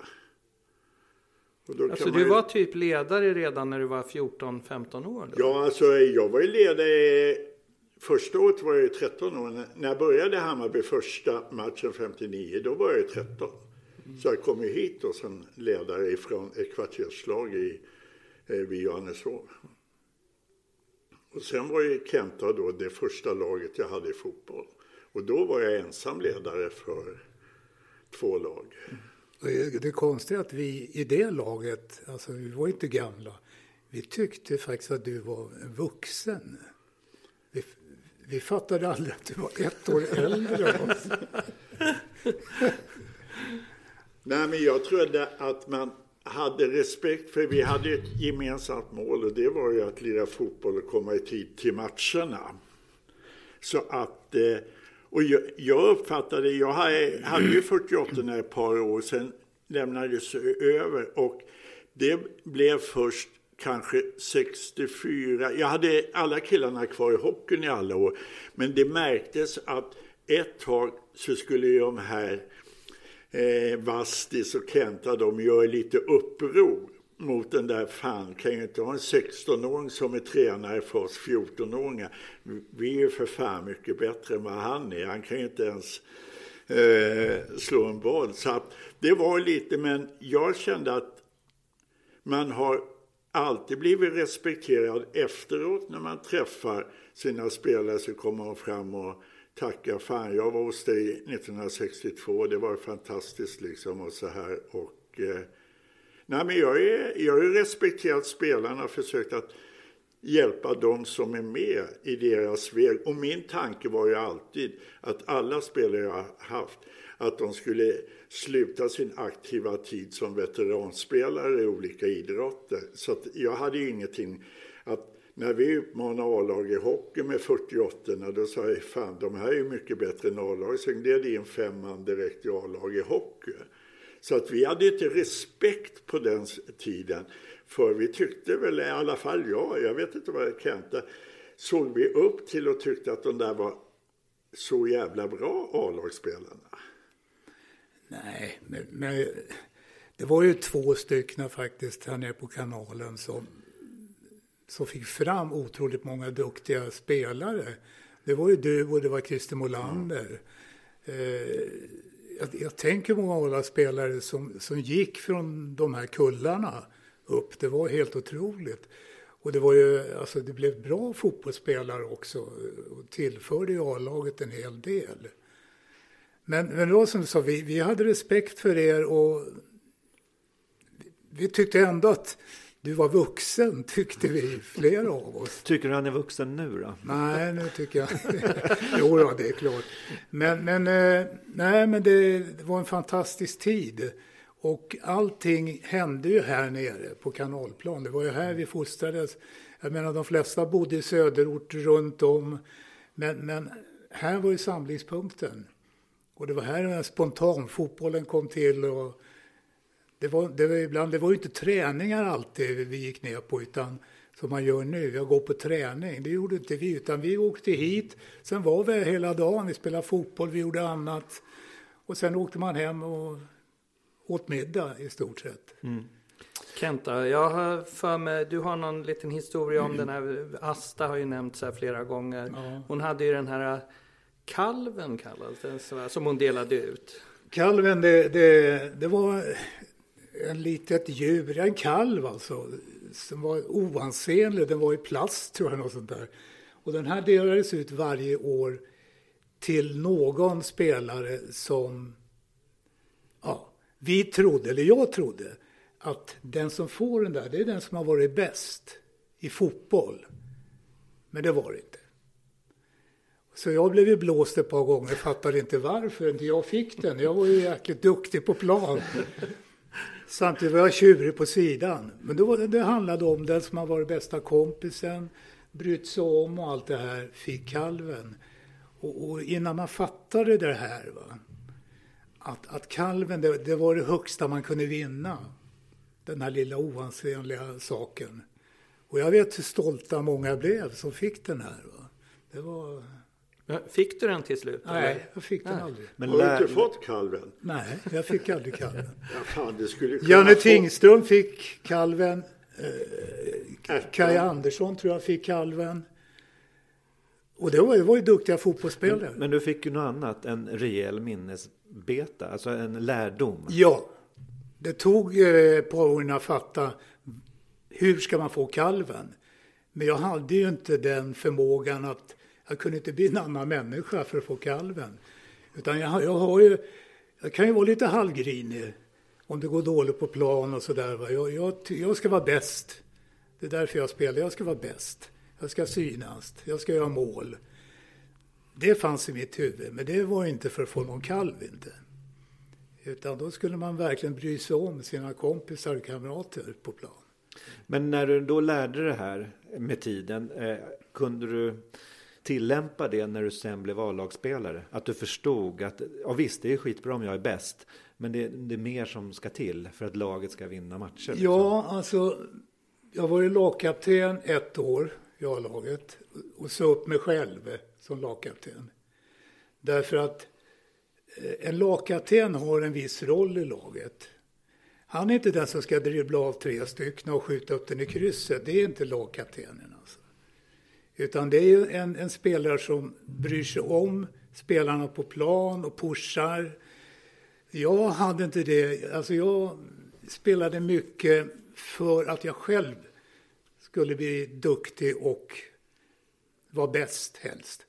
Och då alltså kan du man ju... var typ ledare redan när du var fjorton femton år då? Ja, alltså jag var ju ledare... Första året var jag ju tretton år. När jag började Hammarby första matchen femtionio, då var jag ju tretton. Mm. Så jag kom ju hit och som ledare från ett kvarterslag i, eh, vid Johanneshov. Och sen var ju Kenta då det första laget jag hade i fotboll. Och då var jag ensam ledare för två lag. Det, det konstiga är att vi i det laget, alltså vi var inte gamla, vi tyckte faktiskt att du var vuxen. Vi, vi fattade aldrig att du var ett år äldre än oss. Nej, men jag trodde att man hade respekt, för vi hade ett gemensamt mål, och det var ju att lira fotboll och komma i tid till matcherna. Så att, och jag, jag uppfattade, jag hade ju fyrtioåtta när ett par år sedan lämnades över, och det blev först kanske sextiofyra. Jag hade alla killarna kvar i hockeyn i alla år, men det märktes att ett tag så skulle ju de här eh, Vastis och Kenta, de gör lite uppror mot den där, fan kan ju inte ha en sexton-åring som är tränare för oss fjorton-åringar. Vi är ju för fan mycket bättre än vad han är. Han kan ju inte ens eh, slå en boll. Så att det var lite, men jag kände att man har alltid blivit respekterad efteråt när man träffar sina spelare, så kommer man fram och tackar, fan jag var hos dig nittonhundrasextiotvå, det var fantastiskt liksom och så här. Och eh, nej, men jag är, jag har respekterat spelarna och försökt att hjälpa dem som är med i deras väg. Och min tanke var ju alltid att alla spelare jag har haft, att de skulle sluta sin aktiva tid som veteranspelare i olika idrotter. Så att jag hade ju ingenting att, när vi utmanade A-lag i hockey med fyrtioåtta, då sa jag, fan de här är ju mycket bättre än A-lag. Så det är in fem man direkt i A-lag i hockey. Så att vi hade inte respekt på den tiden. För vi tyckte väl, i alla fall jag, jag vet inte vad jag Kenta, såg vi upp till och tyckte att de där var så jävla bra A-lagsspelarna. Nej, men, men det var ju två stycken faktiskt här nere på kanalen som, som fick fram otroligt många duktiga spelare. Det var ju du och det var Christer Molander. Mm. Eh, jag, jag tänker många alla spelare som, som gick från de här kullarna upp. Det var helt otroligt. Och det var ju, alltså det blev bra fotbollsspelare också och tillförde ju A-laget en hel del. Men, men då som du sa, vi, vi hade respekt för er och vi, vi tyckte ändå att du var vuxen, tyckte vi, flera av oss. Tycker du han är vuxen nu då? Nej, nu tycker jag. Jo då, det är klart. Men, men, nej, men det, det var en fantastisk tid. Och allting hände ju här nere på Kanalplan. Det var ju här vi fostrades. Jag menar, de flesta bodde i söderort runt om. Men, men här var ju samlingspunkten. Och det var här den spontanfotbollen kom till. Och det, var, det, var ibland, det var ju inte träningar alltid vi gick ner på, utan som man gör nu. Jag går på träning. Det gjorde inte vi, utan vi åkte hit. Sen var vi hela dagen. Vi spelade fotboll, vi gjorde annat. Och sen åkte man hem och åt middag i stort sett. Mm. Kenta, jag har för mig, du har någon liten historia om mm. den här, Asta har ju nämnts här flera gånger. Ja. Hon hade ju den här kalven kallades den, som hon delade ut. Kalven, det, det, det var en litet djur, en kalv alltså, som var oansenlig. Den var i plast tror jag, något sånt där. Och den här delades ut varje år till någon spelare som, ja, vi trodde, eller jag trodde, att den som får den där, det är den som har varit bäst i fotboll. Men det var det inte. Så jag blev ju blåst ett par gånger, fattade inte varför inte jag fick den. Jag var ju jäkligt duktig på plan. Samtidigt var jag tjurig på sidan. Men då var det, det handlade om den som har varit bästa kompisen, brytt sig om och allt det här, fick kalven. Och, och innan man fattade det här, va, att, att kalven, det, det var det högsta man kunde vinna. Den här lilla oansenliga saken. Och jag vet hur stolta många blev som fick den här. Va. Det var... Fick du den till slut? Nej, eller? jag fick den Nej. aldrig. Men har du inte fått kalven? Nej, jag fick aldrig kalven. Ja, fan, det skulle Janne få... Tingström fick kalven. Eh, Kaj Andersson tror jag fick kalven. Och det var, det var ju duktiga fotbollsspelare. Men, men du fick ju något annat, en rejäl minnesbeta, alltså en lärdom. Ja, det tog eh, på åren att fatta hur ska man få kalven. Men jag hade ju inte den förmågan att jag kunde inte bli en annan människa för att få kalven. Utan jag, jag har ju, jag kan ju vara lite halvgrinig. om det går dåligt på plan och sådär. Jag, jag, jag ska vara bäst. Det är därför jag spelar. Jag ska vara bäst. Jag ska synas. Jag ska göra mål. Det fanns i mitt huvud. Men det var inte för att få någon kalv inte. Utan då skulle man verkligen bry sig om sina kompisar och kamrater på plan. Men när du då lärde det här med tiden, eh, kunde du tillämpa det när du sen blev A-lagsspelare? Att du förstod att, ja visst det är skitbra om jag är bäst, men det, det är mer som ska till för att laget ska vinna matcher. Liksom. Ja, alltså jag var ju lagkapten ett år i A-laget och så upp mig själv som lagkapten. Därför att en lagkapten har en viss roll i laget. Han är inte den som ska dribbla av tre stycken och skjuta upp den i krysset. Det är inte lagkaptenen alltså. Utan det är ju en, en spelare som bryr sig om spelarna på plan och pushar. Jag hade inte det. Alltså jag spelade mycket för att jag själv skulle bli duktig och vara bäst helst.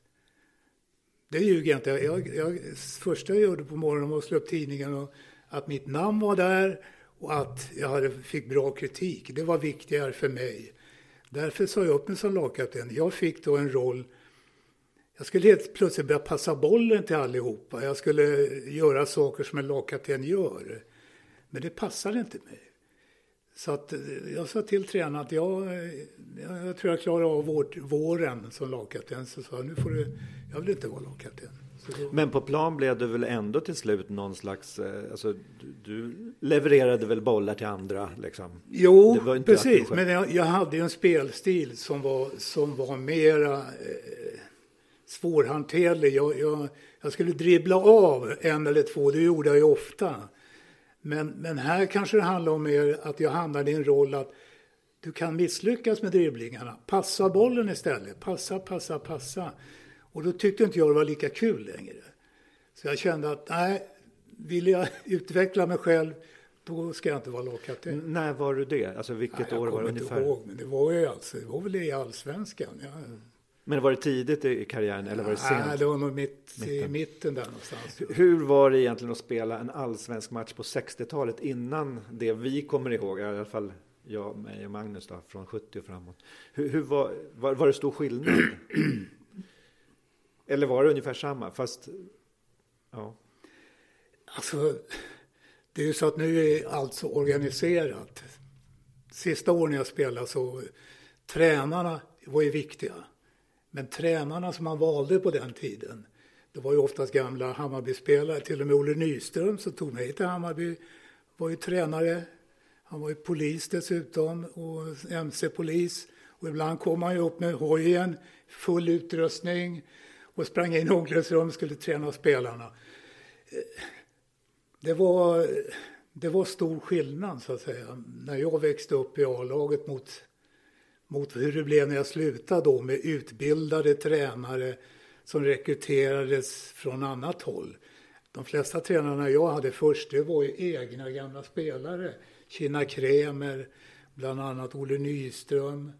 Det ljuger jag inte. Jag, jag, första jag gjorde på morgonen var att slå upp tidningen och att mitt namn var där och att jag hade, fick bra kritik. Det var viktigare för mig. Därför sa jag upp mig som lagkapten. Jag fick då en roll. Jag skulle helt plötsligt börja passa bollen till allihopa. Jag skulle göra saker som en lagkapten gör. Men det passade inte mig. Så att jag sa till tränaren att jag, jag, jag tror jag klarar av vår, våren som lagkapten. Så sa jag, nu får du, jag vill inte vara lagkapten. Då... Men på plan blev du väl ändå till slut någon slags, alltså du, du levererade väl bollar till andra liksom? Jo, det var inte precis. Men jag, jag hade en spelstil som var, som var mera eh, svårhanterlig. Jag, jag, jag skulle dribbla av en eller två, det gjorde jag ju ofta. Men, men här kanske det handlar om mer att jag hamnade i en roll att du kan misslyckas med dribblingarna. Passa bollen istället. Passa, passa, passa. Och då tyckte inte jag det var lika kul längre. Så jag kände att nej, vill jag utveckla mig själv, då ska jag inte vara lagkapten. När var du det? Alltså vilket nej, år var det ungefär? Ihåg, men det var ju alltså, det var väl i Allsvenskan. Ja. Men var det tidigt i karriären eller var det sent? Nej, det var nog mitt, i mitten där någonstans. Hur var det egentligen att spela en allsvensk match på sextiotalet innan det vi kommer ihåg, i alla fall jag, mig och Magnus då, från sjuttio och framåt. Hur, hur var, var, var det stor skillnad? Eller var det ungefär samma? Fast, ja. Alltså, det är ju så att nu är allt så organiserat. Sista åren jag spelade så tränarna var ju viktiga. Men tränarna som man valde på den tiden, det var ju oftast gamla Hammarby-spelare. Till och med Olle Nyström som tog mig till Hammarby var ju tränare. Han var ju polis dessutom och M C-polis. Och ibland kom han ju upp med hojen, full utrustning och sprang in i omklädningsrummet och skulle träna spelarna. Det var, det var stor skillnad så att säga när jag växte upp i A-laget mot... mot hur det blev när jag slutade då med utbildade tränare som rekryterades från annat håll. De flesta tränarna jag hade först, det var ju egna gamla spelare. Kina Krämer, bland annat Olle Nyström.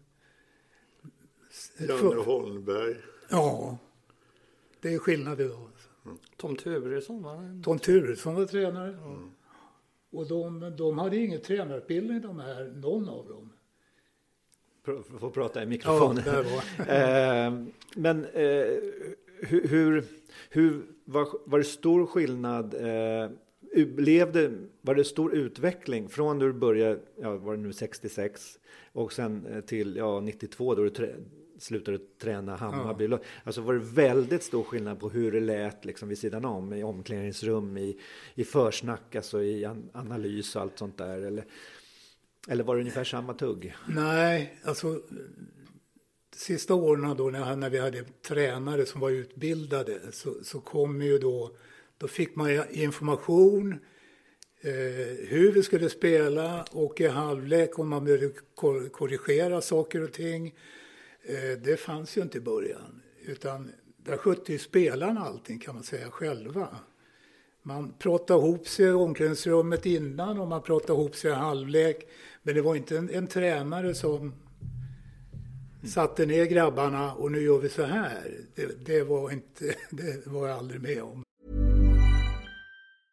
Janne Holmberg. Ja, det är skillnad idag. Mm. Tom Turesson var Tom Turesson var tränare. Mm. Och de, de hade ingen tränarutbildning de här, någon av dem. Får prata i mikrofonen. Ja, eh, men eh, hur, hur, hur var, var det stor skillnad? Eh, levde, var det stor utveckling från när du började, ja, var det nu sextiosex och sen till ja, nittiotvå då du trä, slutade träna Hammarby? Ja. Alltså var det väldigt stor skillnad på hur det lät liksom vid sidan om, i omklädningsrum, i, i försnack, alltså i an, analys och allt sånt där, eller? Eller var det ungefär samma tugg? Nej, alltså sista åren då när, när vi hade tränare som var utbildade så, så kom ju då, då fick man information eh, hur vi skulle spela och i halvlek om man behövde korrigera saker och ting. Eh, det fanns ju inte i början utan där skötte ju spelarna allting kan man säga själva. Man pratade ihop sig i omklädningsrummet innan och man pratade ihop sig i halvlek. Men det var inte en, en tränare som mm. satte ner grabbarna och nu gör vi så här. Det, det var inte, det var jag aldrig med om.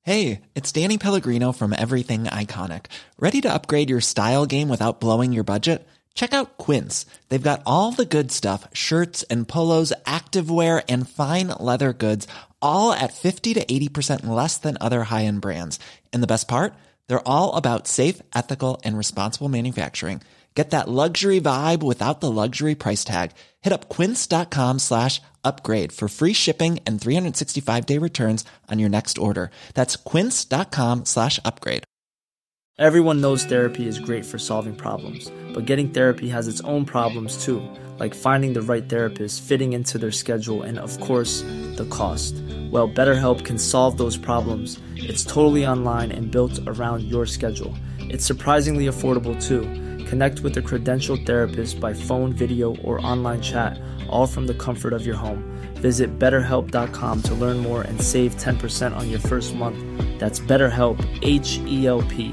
Hey, it's Danny Pellegrino from Everything Iconic. Ready to upgrade your style game without blowing your budget? Check out Quince. They've got all the good stuff, shirts and polos, activewear, and fine leather goods, all at fifty to eighty percent less than other high-end brands. And the best part? They're all about safe, ethical, and responsible manufacturing. Get that luxury vibe without the luxury price tag. Hit up quince.com slash upgrade for free shipping and three sixty-five day returns on your next order. That's quince.com slash upgrade. Everyone knows therapy is great for solving problems, but getting therapy has its own problems too, like finding the right therapist, fitting into their schedule, and of course, the cost. Well, BetterHelp can solve those problems. It's totally online and built around your schedule. It's surprisingly affordable too. Connect with a credentialed therapist by phone, video, or online chat, all from the comfort of your home. Visit better help dot com to learn more and save ten percent on your first month. That's BetterHelp, H E L P.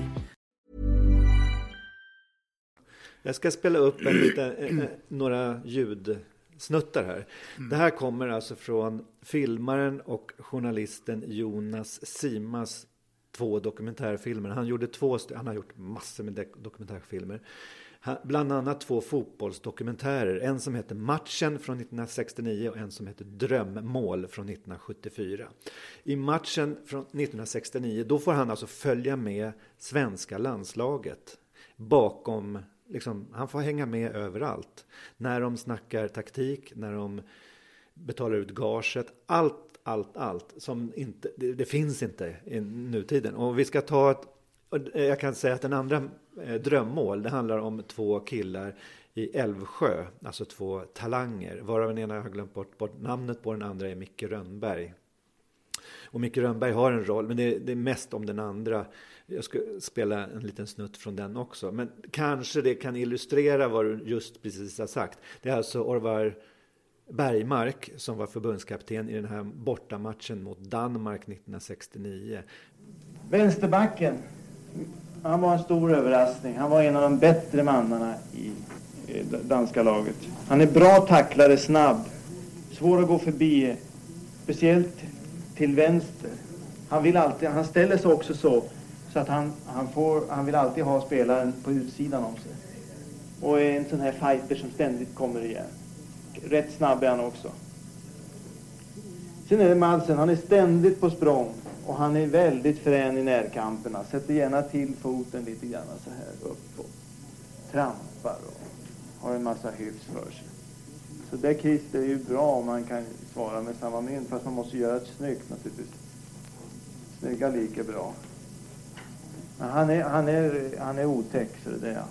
Jag ska spela upp en lite, eh, några ljudsnuttar här. Mm. Det här kommer alltså från filmaren och journalisten Jonas Simas två dokumentärfilmer. Han gjorde två, han har gjort massor med dokumentärfilmer. Han, bland annat två fotbollsdokumentärer. En som heter Matchen från nittonhundrasextionio och en som heter Drömmål från nittonhundrasjuttiofyra. I Matchen från nittonhundrasextionio då får han alltså följa med svenska landslaget bakom. Liksom, han får hänga med överallt. När de snackar taktik, när de betalar ut gaget, allt, allt, allt som inte, det, det finns inte i nutiden. Och vi ska ta ett, jag kan säga att den andra eh, Drömmål, det handlar om två killar i Älvsjö, alltså två talanger, varav den ena jag har glömt bort, bort namnet på, den andra är Micke Rönnberg. Och Micke Rönnberg har en roll, men det, det är mest om den andra. Jag ska spela en liten snutt från den också. Men kanske det kan illustrera vad du just precis har sagt. Det är alltså Orvar Bergmark som var förbundskapten i den här bortamatchen mot Danmark nittonhundrasextionio. Vänsterbacken, han var en stor överraskning. Han var en av de bättre mannarna i danska laget. Han är bra tacklare, snabb. Svår att gå förbi, speciellt till vänster. Han vill alltid, han ställer sig också så så att han, han, får, han vill alltid ha spelaren på utsidan om sig. Och är en sån här fighter som ständigt kommer igen. Rätt snabb är han också. Sen är det Madsen, han är ständigt på språng. Och han är väldigt frän i närkamperna. Sätter gärna till foten lite grann så här upp och trampar och har en massa hyfs för sig. Så det Christer är ju bra om man kan svara med samma mynt. Fast man måste göra ett snyggt naturligtvis. Snygga lika bra. Men han är, han är, han är otäck så det är.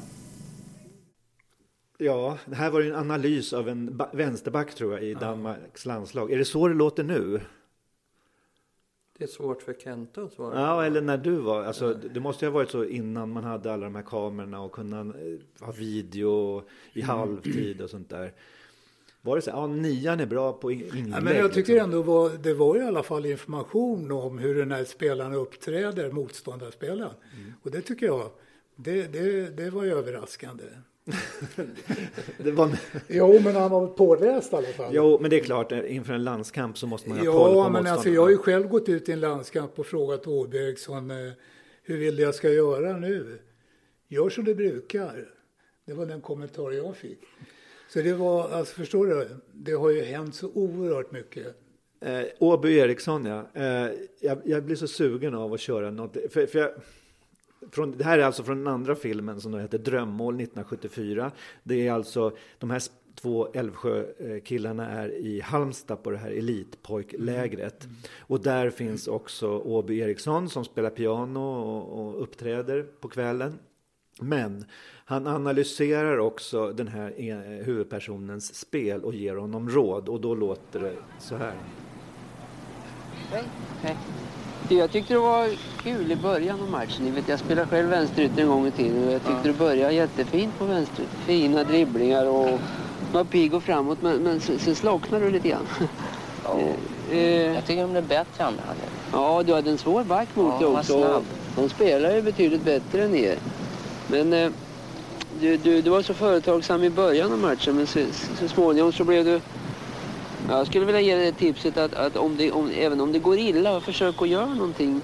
Ja, det här var ju en analys av en ba- vänsterback tror jag i Danmarks landslag. Är det så det låter nu? Det är svårt för Kenta att svara. Ja, eller när du var. Alltså, det måste ju ha varit så innan man hade alla de här kamerorna och kunna ha video i halvtid och sånt där. Var det så? Ja, nian är bra på inlägg. Ja, men jag tycker ändå var, det var i alla fall information om hur den här spelaren uppträder, motståndarspelaren. Mm. Och det tycker jag, det, det, det var ju överraskande. det var... Jo, men han var påläst i alla fall. Jo, men det är klart, inför en landskamp så måste man ha ja, koll på men motståndarna. alltså, jag har ju själv gått ut i en landskamp och frågat Åby Eriksson, hur vill jag ska göra nu? Gör som du brukar. Det var den kommentar jag fick. Så det var, alltså förstår du, det har ju hänt så oerhört mycket. Eh, Åby Eriksson, ja. Eh, jag, jag blir så sugen av att köra något. För, för jag, från, det här är alltså från den andra filmen som heter Drömmål nittonhundrasjuttiofyra. Det är alltså, de här två Älvsjö-killarna är i Halmstad på det här elitpojklägret. Mm. Och där finns också Åby Eriksson som spelar piano och, och uppträder på kvällen. Men han analyserar också den här huvudpersonens spel och ger honom råd. Och då låter det så här. Hej. Hej. Jag tyckte det var kul i början av matchen. Jag, vet, jag spelade själv vänsterytter en gång i tiden. Och jag tyckte ja. det började jättefint på vänster. Fina dribblingar och var pigg och framåt. Men, men sen, sen slocknade du lite grann. Ja. eh, jag tycker de är bättre än han. Ja, du hade en svår back mot dig också. De spelar ju betydligt bättre än er. Men eh, du, du, du var så företagsam i början av matchen, men så, så småningom så blev du... Jag skulle vilja ge dig tipset att, att om det, om, även om det går illa, försök att göra någonting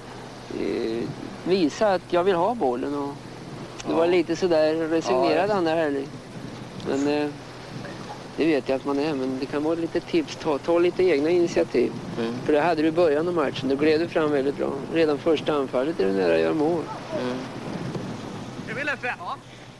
eh, visa att jag vill ha bollen. Och det var lite sådär resignerad ja. andra halvlek. Men eh, det vet jag att man är, men det kan vara lite tips. Ta, ta lite egna initiativ. Mm. För det hade du i början av matchen. Du gled du fram väldigt bra. Redan första anfallet är du nära att göra mål. Mm. Du vill det? Ja.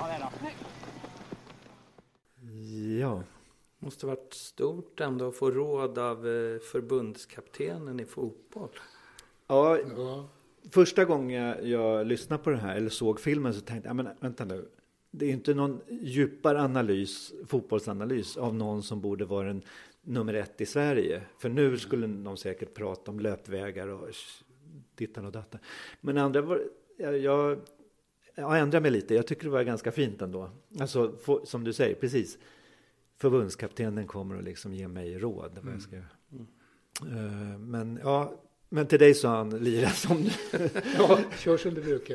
Ja. Måste varit stort ändå att få råd av förbundskaptenen i fotboll. Ja, ja. Första gången jag lyssnade på det här eller såg filmen så tänkte jag, men vänta nu. Det är inte någon djupare analys, fotbollsanalys av någon som borde vara en nummer ett i Sverige. För nu skulle de säkert prata om löpvägar och dittan och datan. Men andra var, jag, jag, jag ändrade mig lite. Jag tycker det var ganska fint ändå. Alltså, för, som du säger, precis. Förbundskaptenen kommer att liksom ge mig råd. Vad jag ska göra. Mm. Uh, men ja, men till dig sa han, lira som du. Ja, kör som du brukar.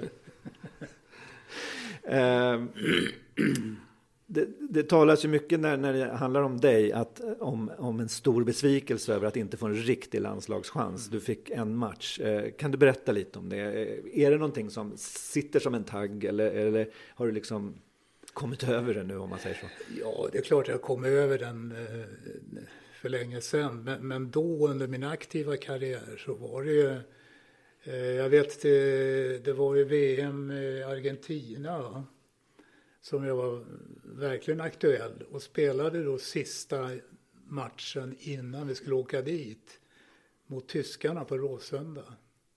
uh, det, det talas ju mycket när, när det handlar om dig att, om, om en stor besvikelse över att inte få en riktig landslagschans. Du fick en match. Uh, kan du berätta lite om det? Är det någonting som sitter som en tagg eller, eller har du liksom kommit över det nu om man säger så? Ja, det är klart jag kom över den för länge sedan. Men, men då under min aktiva karriär så var det ju, jag vet det, det var ju V M i Argentina som jag var verkligen aktuell och spelade då sista matchen innan vi skulle åka dit mot tyskarna på Råsunda.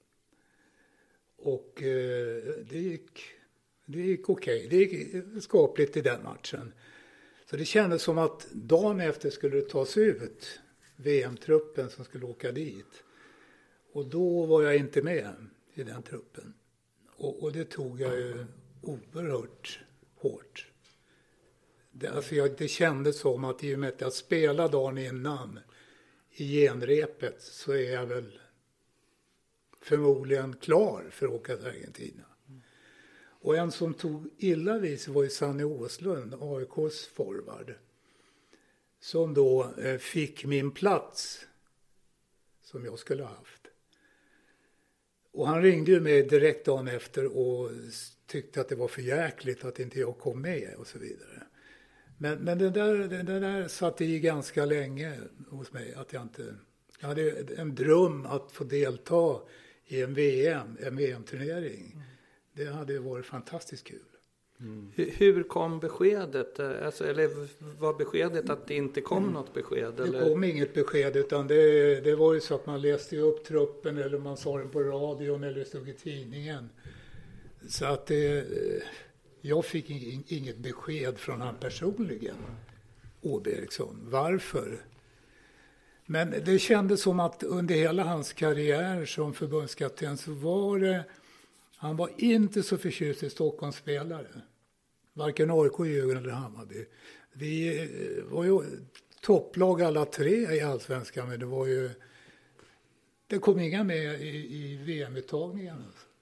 Och det gick Det gick okej. Det gick skapligt i den matchen. Så det kändes som att dagen efter skulle det tas ut V M-truppen som skulle åka dit. Och då var jag inte med i den truppen. Och, och det tog jag ju oerhört hårt. Det, alltså jag, det kändes som att i och med att jag spelade dagen innan i genrepet så är jag väl förmodligen klar för att åka till Argentina. Och en som tog illa vid sig var ju Sanne Åslund, A I K:s forward. Som då eh, fick min plats som jag skulle ha haft. Och han ringde ju mig direkt dagen efter och tyckte att det var för jäkligt att inte jag kom med och så vidare. Men, men det, där, det, det där satt i ganska länge hos mig. Att jag, inte, jag hade en dröm att få delta i en V M, en V M-turnering. Mm. Det hade varit fantastiskt kul. Mm. Hur, hur kom beskedet? Alltså, eller var beskedet att det inte kom mm. något besked? Det eller? kom inget besked utan det, det var ju så att man läste upp truppen eller man sa den på radion eller stod i tidningen. Så att det, jag fick inget besked från han personligen, Åby Eriksson. Varför? Men det kändes som att under hela hans karriär som förbundskapten så var det, han var inte så förtjust i Stockholmsspelare. Varken A I K, Djurgården eller Hammarby. Vi var ju topplag alla tre i Allsvenskan, men det var ju, det kom inga med i, i V M-uttagningarna.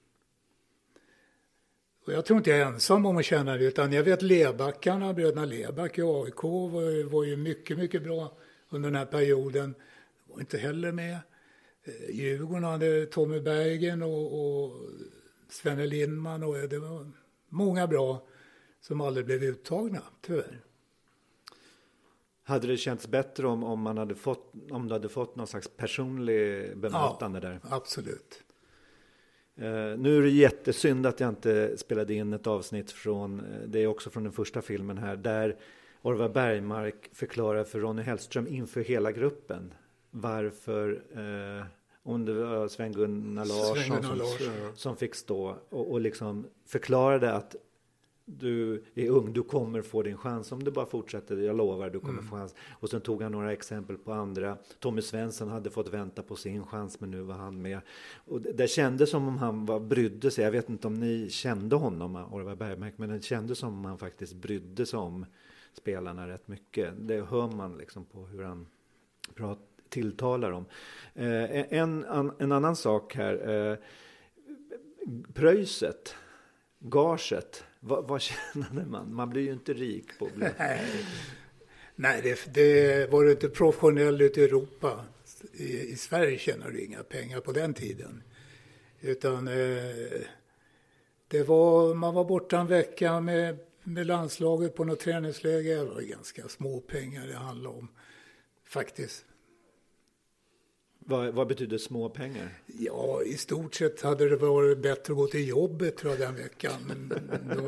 Och jag tror inte jag är ensam om att känna det, utan jag vet Lebackarna, bröderna Leback i A I K var, var ju mycket, mycket bra under den här perioden. Var inte heller med. Djurgården hade Tommy Bergen och, och Svenne Lindman och det var många bra som aldrig blev uttagna, tyvärr. Hade det känts bättre om, om man hade fått, om du hade fått någon slags personlig bemötande ja, där? Absolut. Uh, nu är det jättesynd att jag inte spelade in ett avsnitt från, det är också från den första filmen här, där Orvar Bergmark förklarar för Ronny Hellström inför hela gruppen varför, uh, om det var Sven-Gunnar Larsson som, Larsson som fick stå och, och liksom förklarade att du är ung, du kommer få din chans om du bara fortsätter, jag lovar, du kommer mm. få chans. Och sen tog han några exempel på andra. Tommy Svensson hade fått vänta på sin chans, men nu var han med. Och det, det kändes som om han var brydde sig. Jag vet inte om ni kände honom, Orvar Bergmark, men det kändes som om han faktiskt brydde sig om spelarna rätt mycket. Det hör man liksom på hur han pratar, tilltalar dem. Eh, en, an, en annan sak här. Eh, pröjset, gaget. Vad, vad känner man? Man blir ju inte rik på blöd. Nej, det, det var inte professionellt ute i Europa. I, I Sverige tjänar du inga pengar på den tiden. Utan eh, det var, man var borta en vecka med, med landslaget på något träningsläge. Det var ganska små pengar det handlade om faktiskt. Vad, vad betyder små pengar? Ja, i stort sett hade det varit bättre att gå till jobbet tror jag den veckan. Men då...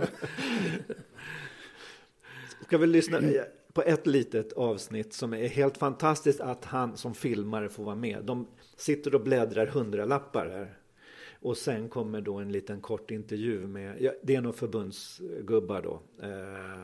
Ska vi lyssna på ett litet avsnitt som är helt fantastiskt att han som filmare får vara med. De sitter och bläddrar hundralappar här. Och sen kommer då en liten kort intervju med, ja, det är nog förbundsgubbar då. Eh...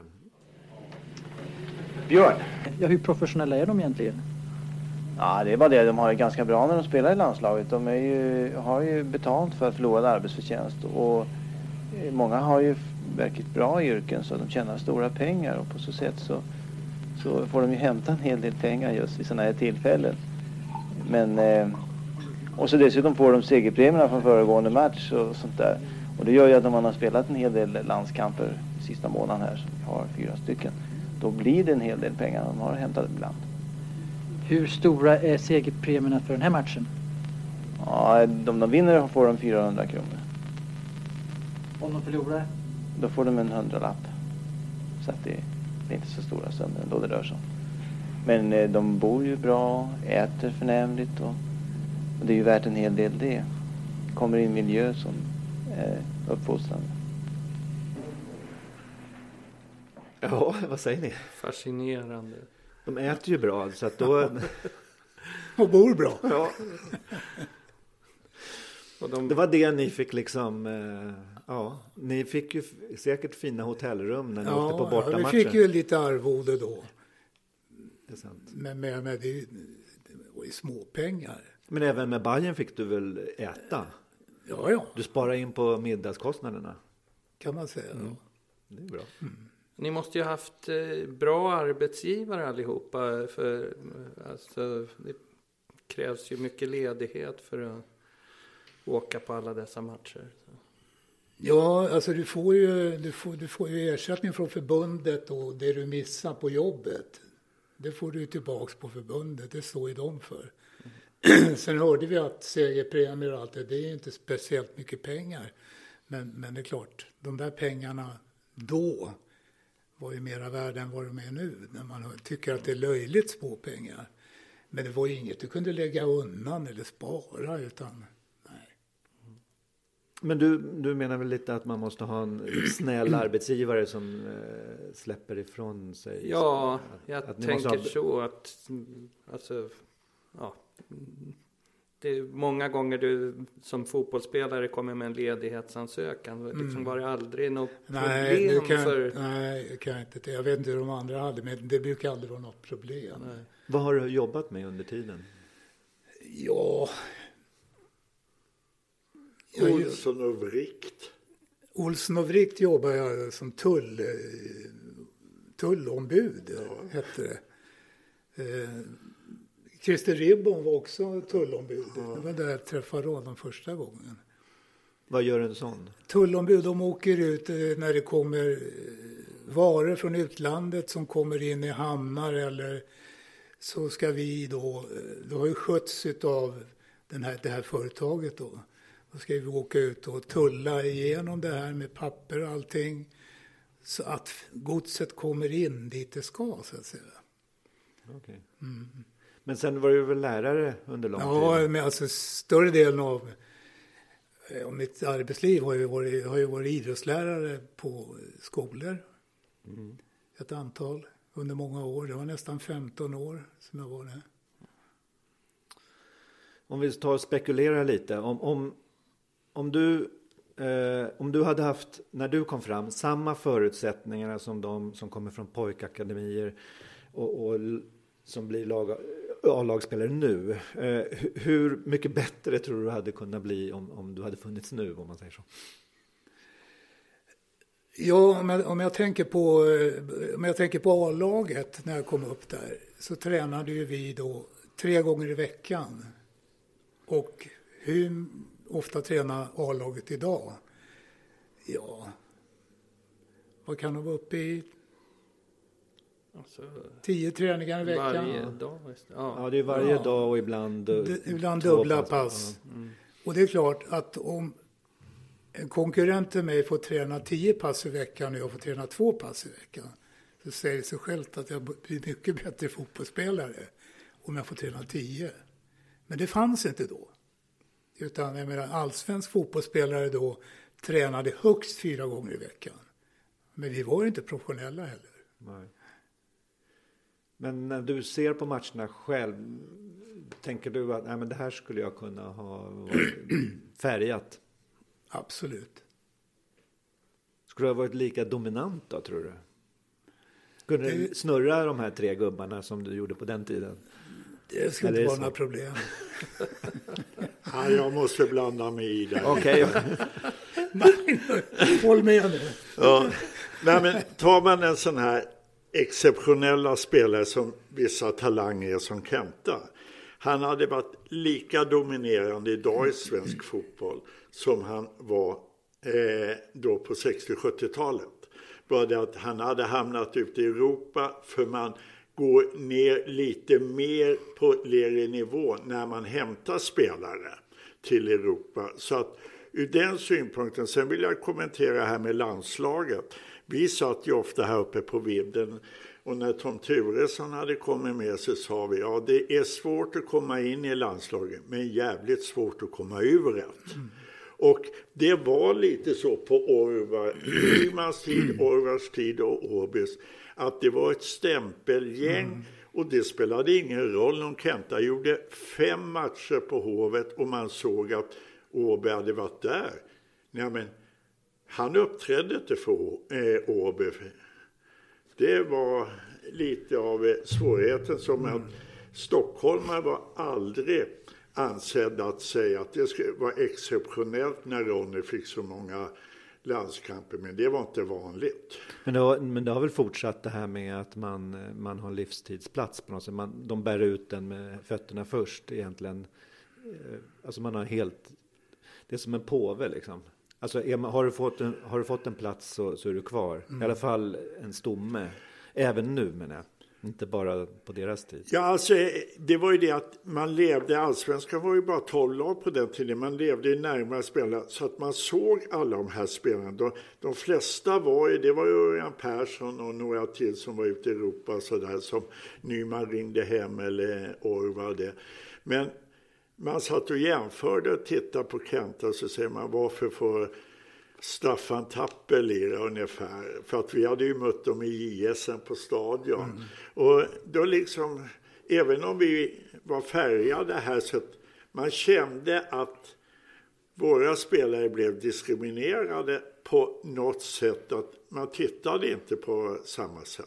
Björn. Ja, hur professionella är de egentligen? Ja, det är bara det. De har det ganska bra när de spelar i landslaget. De är ju, har ju betalt för förlorad arbetsförtjänst. Och många har ju verkligt bra yrken så de tjänar stora pengar. Och på så sätt så, så får de ju hämta en hel del pengar just vid sådana här tillfällen. Men, eh, och så dessutom får de segerpremierna från föregående match och sånt där. Och det gör ju att om man har spelat en hel del landskamper sista månaden här, som vi har fyra stycken, då blir det en hel del pengar de har hämtat ibland. Hur stora är segerpremierna för den här matchen? Ja, om de vinner får de fyrahundra kronor. Om de förlorar? Då får de en hundralapp. Så att det, det är inte så stora summor ändå det rör sig om. Men eh, de bor ju bra, äter förnämligt och, och det är ju värt en hel del det. Kommer i en miljö som är uppfostrande. Ja, vad säger ni? Fascinerande. De äter ju bra så att då... och bor bra. Ja. Och de... Det var det ni fick liksom... Eh, ja, ni fick ju säkert fina hotellrum när ni ja, åkte på bortamatchen. Ja, vi fick ju lite arvode då. Det är sant. Men, men, men det, det var ju små pengar. Men även med Bayern fick du väl äta? Ja, ja. Du sparar in på middagskostnaderna. Kan man säga, mm. ja. Det är bra. Mm. Ni måste ju ha haft bra arbetsgivare allihopa. För alltså, det krävs ju mycket ledighet för att åka på alla dessa matcher. Ja, alltså du får ju, du får, du får ju ersättning från förbundet och det du missar på jobbet. Det får du tillbaks på förbundet, det står ju de för. Mm. Sen hörde vi att segerpremier och allt det, det är inte speciellt mycket pengar. Men, men det är klart, de där pengarna då var ju mera värda än vad de är nu. När man tycker att det är löjligt små pengar. Men det var ju inget du kunde lägga undan eller spara utan... Men du, du menar väl lite att man måste ha en snäll arbetsgivare som eh, släpper ifrån sig? Ja, att, jag att tänker ha... så att alltså, ja, det är många gånger du som fotbollsspelare kommer med en ledighetsansökan. Mm. Liksom var det aldrig något nej, problem kan, för... Nej, det kan jag inte. Jag vet inte hur de andra hade, men det brukar aldrig vara något problem. Nej. Vad har du jobbat med under tiden? Ja... Olsson och Vrikt. Olsson och Vrikt jobbar jag som tull, tullombud, ja. Hette det. Eh, Christer Ribbon var också tullombud. Ja. Det var där jag träffade honom första gången. Vad gör en sån? Tullombud, de åker ut när det kommer varor från utlandet som kommer in i hamnar eller så ska vi då, det har ju skötts av den här, det här företaget då. Då ska vi åka ut och tulla igenom det här med papper och allting. Så att godset kommer in dit det ska, så att säga. Okay. Mm. Men sen var du väl lärare under lång ja, tid? Ja, men alltså större delen av, av mitt arbetsliv har ju varit, har ju varit idrottslärare på skolor. Mm. Ett antal under många år. Det var nästan femton år som jag var där. Om vi tar och spekulerar lite. Om... om Om du, eh, om du hade haft, när du kom fram, samma förutsättningar som de som kommer från pojkakademier och, och som blir lag, A-lagspelare nu. Eh, hur mycket bättre tror du hade kunnat bli om, om du hade funnits nu, om man säger så? Ja, om jag, om jag tänker på, om jag tänker på A-laget när jag kom upp där, så tränade ju vi då tre gånger i veckan. Och hur ofta tränar A-laget idag? Ja, vad kan de vara uppe i? Alltså, tio träningar i veckan. Varje dag. Ja, ja det är varje ja. dag och ibland, D- ibland dubbla pass. pass. Mm. Och det är klart att om en konkurrent till mig får träna tio pass i veckan och jag får träna två pass i veckan, så säger det sig självt att jag blir mycket bättre fotbollsspelare om jag får träna tio. Men det fanns inte då. Utan jag menar, allsvensk fotbollsspelare då tränade högst fyra gånger i veckan. Men vi var ju inte professionella heller. Nej. Men när du ser på matcherna själv, tänker du att nej, men det här skulle jag kunna ha färgat? Absolut. Skulle det ha varit lika dominant då, tror du? Skulle det snurra de här tre gubbarna som du gjorde på den tiden? Det skulle inte vara några problem. Ja, jag måste blanda mig i det. Okej. Håll med nu. Ja. Nej, men tar man en sån här exceptionella spelare som vissa talanger som Kenta. Han hade varit lika dominerande idag i svensk fotboll som han var eh, då på sextio-sjuttiotalet. Bara det att han hade hamnat ute i Europa, för man går ner lite mer på lägre nivå när man hämtar spelare till Europa. Så att ur den synpunkten, sen vill jag kommentera här med landslaget. Vi satt ju ofta här uppe på vidden, och när Tom Turesson hade kommit med så sa vi, ja, det är svårt att komma in i landslaget, men jävligt svårt att komma ur det. Mm. Och det var lite så på Orvar, Nymans tid, Orvars tid och Åbys, att det var ett stämpelgäng. Mm. Och det spelade ingen roll om Kenta gjorde fem matcher på Hovet och man såg att Åby hade varit där. Nej, men han uppträdde inte för eh, Åby. Det var lite av eh, svårigheten, som mm. att stockholmare var aldrig ansedda att säga att det skulle vara exceptionellt när Ronny fick så många landskamper, men det var inte vanligt. Men det har, men det har väl fortsatt det här med att man, man har livstidsplats på något sätt. Man, de bär ut den med fötterna först egentligen. Alltså man har helt, det är som en påve liksom. Alltså är man, har, du fått en, har du fått en plats så, så är du kvar. Mm. I alla fall en stomme. Även nu, menar jag. Inte bara på deras tid. Ja, alltså det var ju det att man levde, allsvenskan var ju bara tolv lag på den tiden. Man levde i närmare spelare, så att man såg alla de här spelarna. De, de flesta var ju, det var ju Örjan Persson och några till som var ute i Europa så där, som Nyman ringde hem eller Orvar det. Men man satt och jämförde och tittade på Kenta, och så säger man, varför får Staffan Tappel lira ungefär? För att vi hade ju mött dem i J S N på stadion. Mm. Och då liksom, även om vi var färgade här, så att man kände att våra spelare blev diskriminerade på något sätt, att man tittade inte på samma sätt.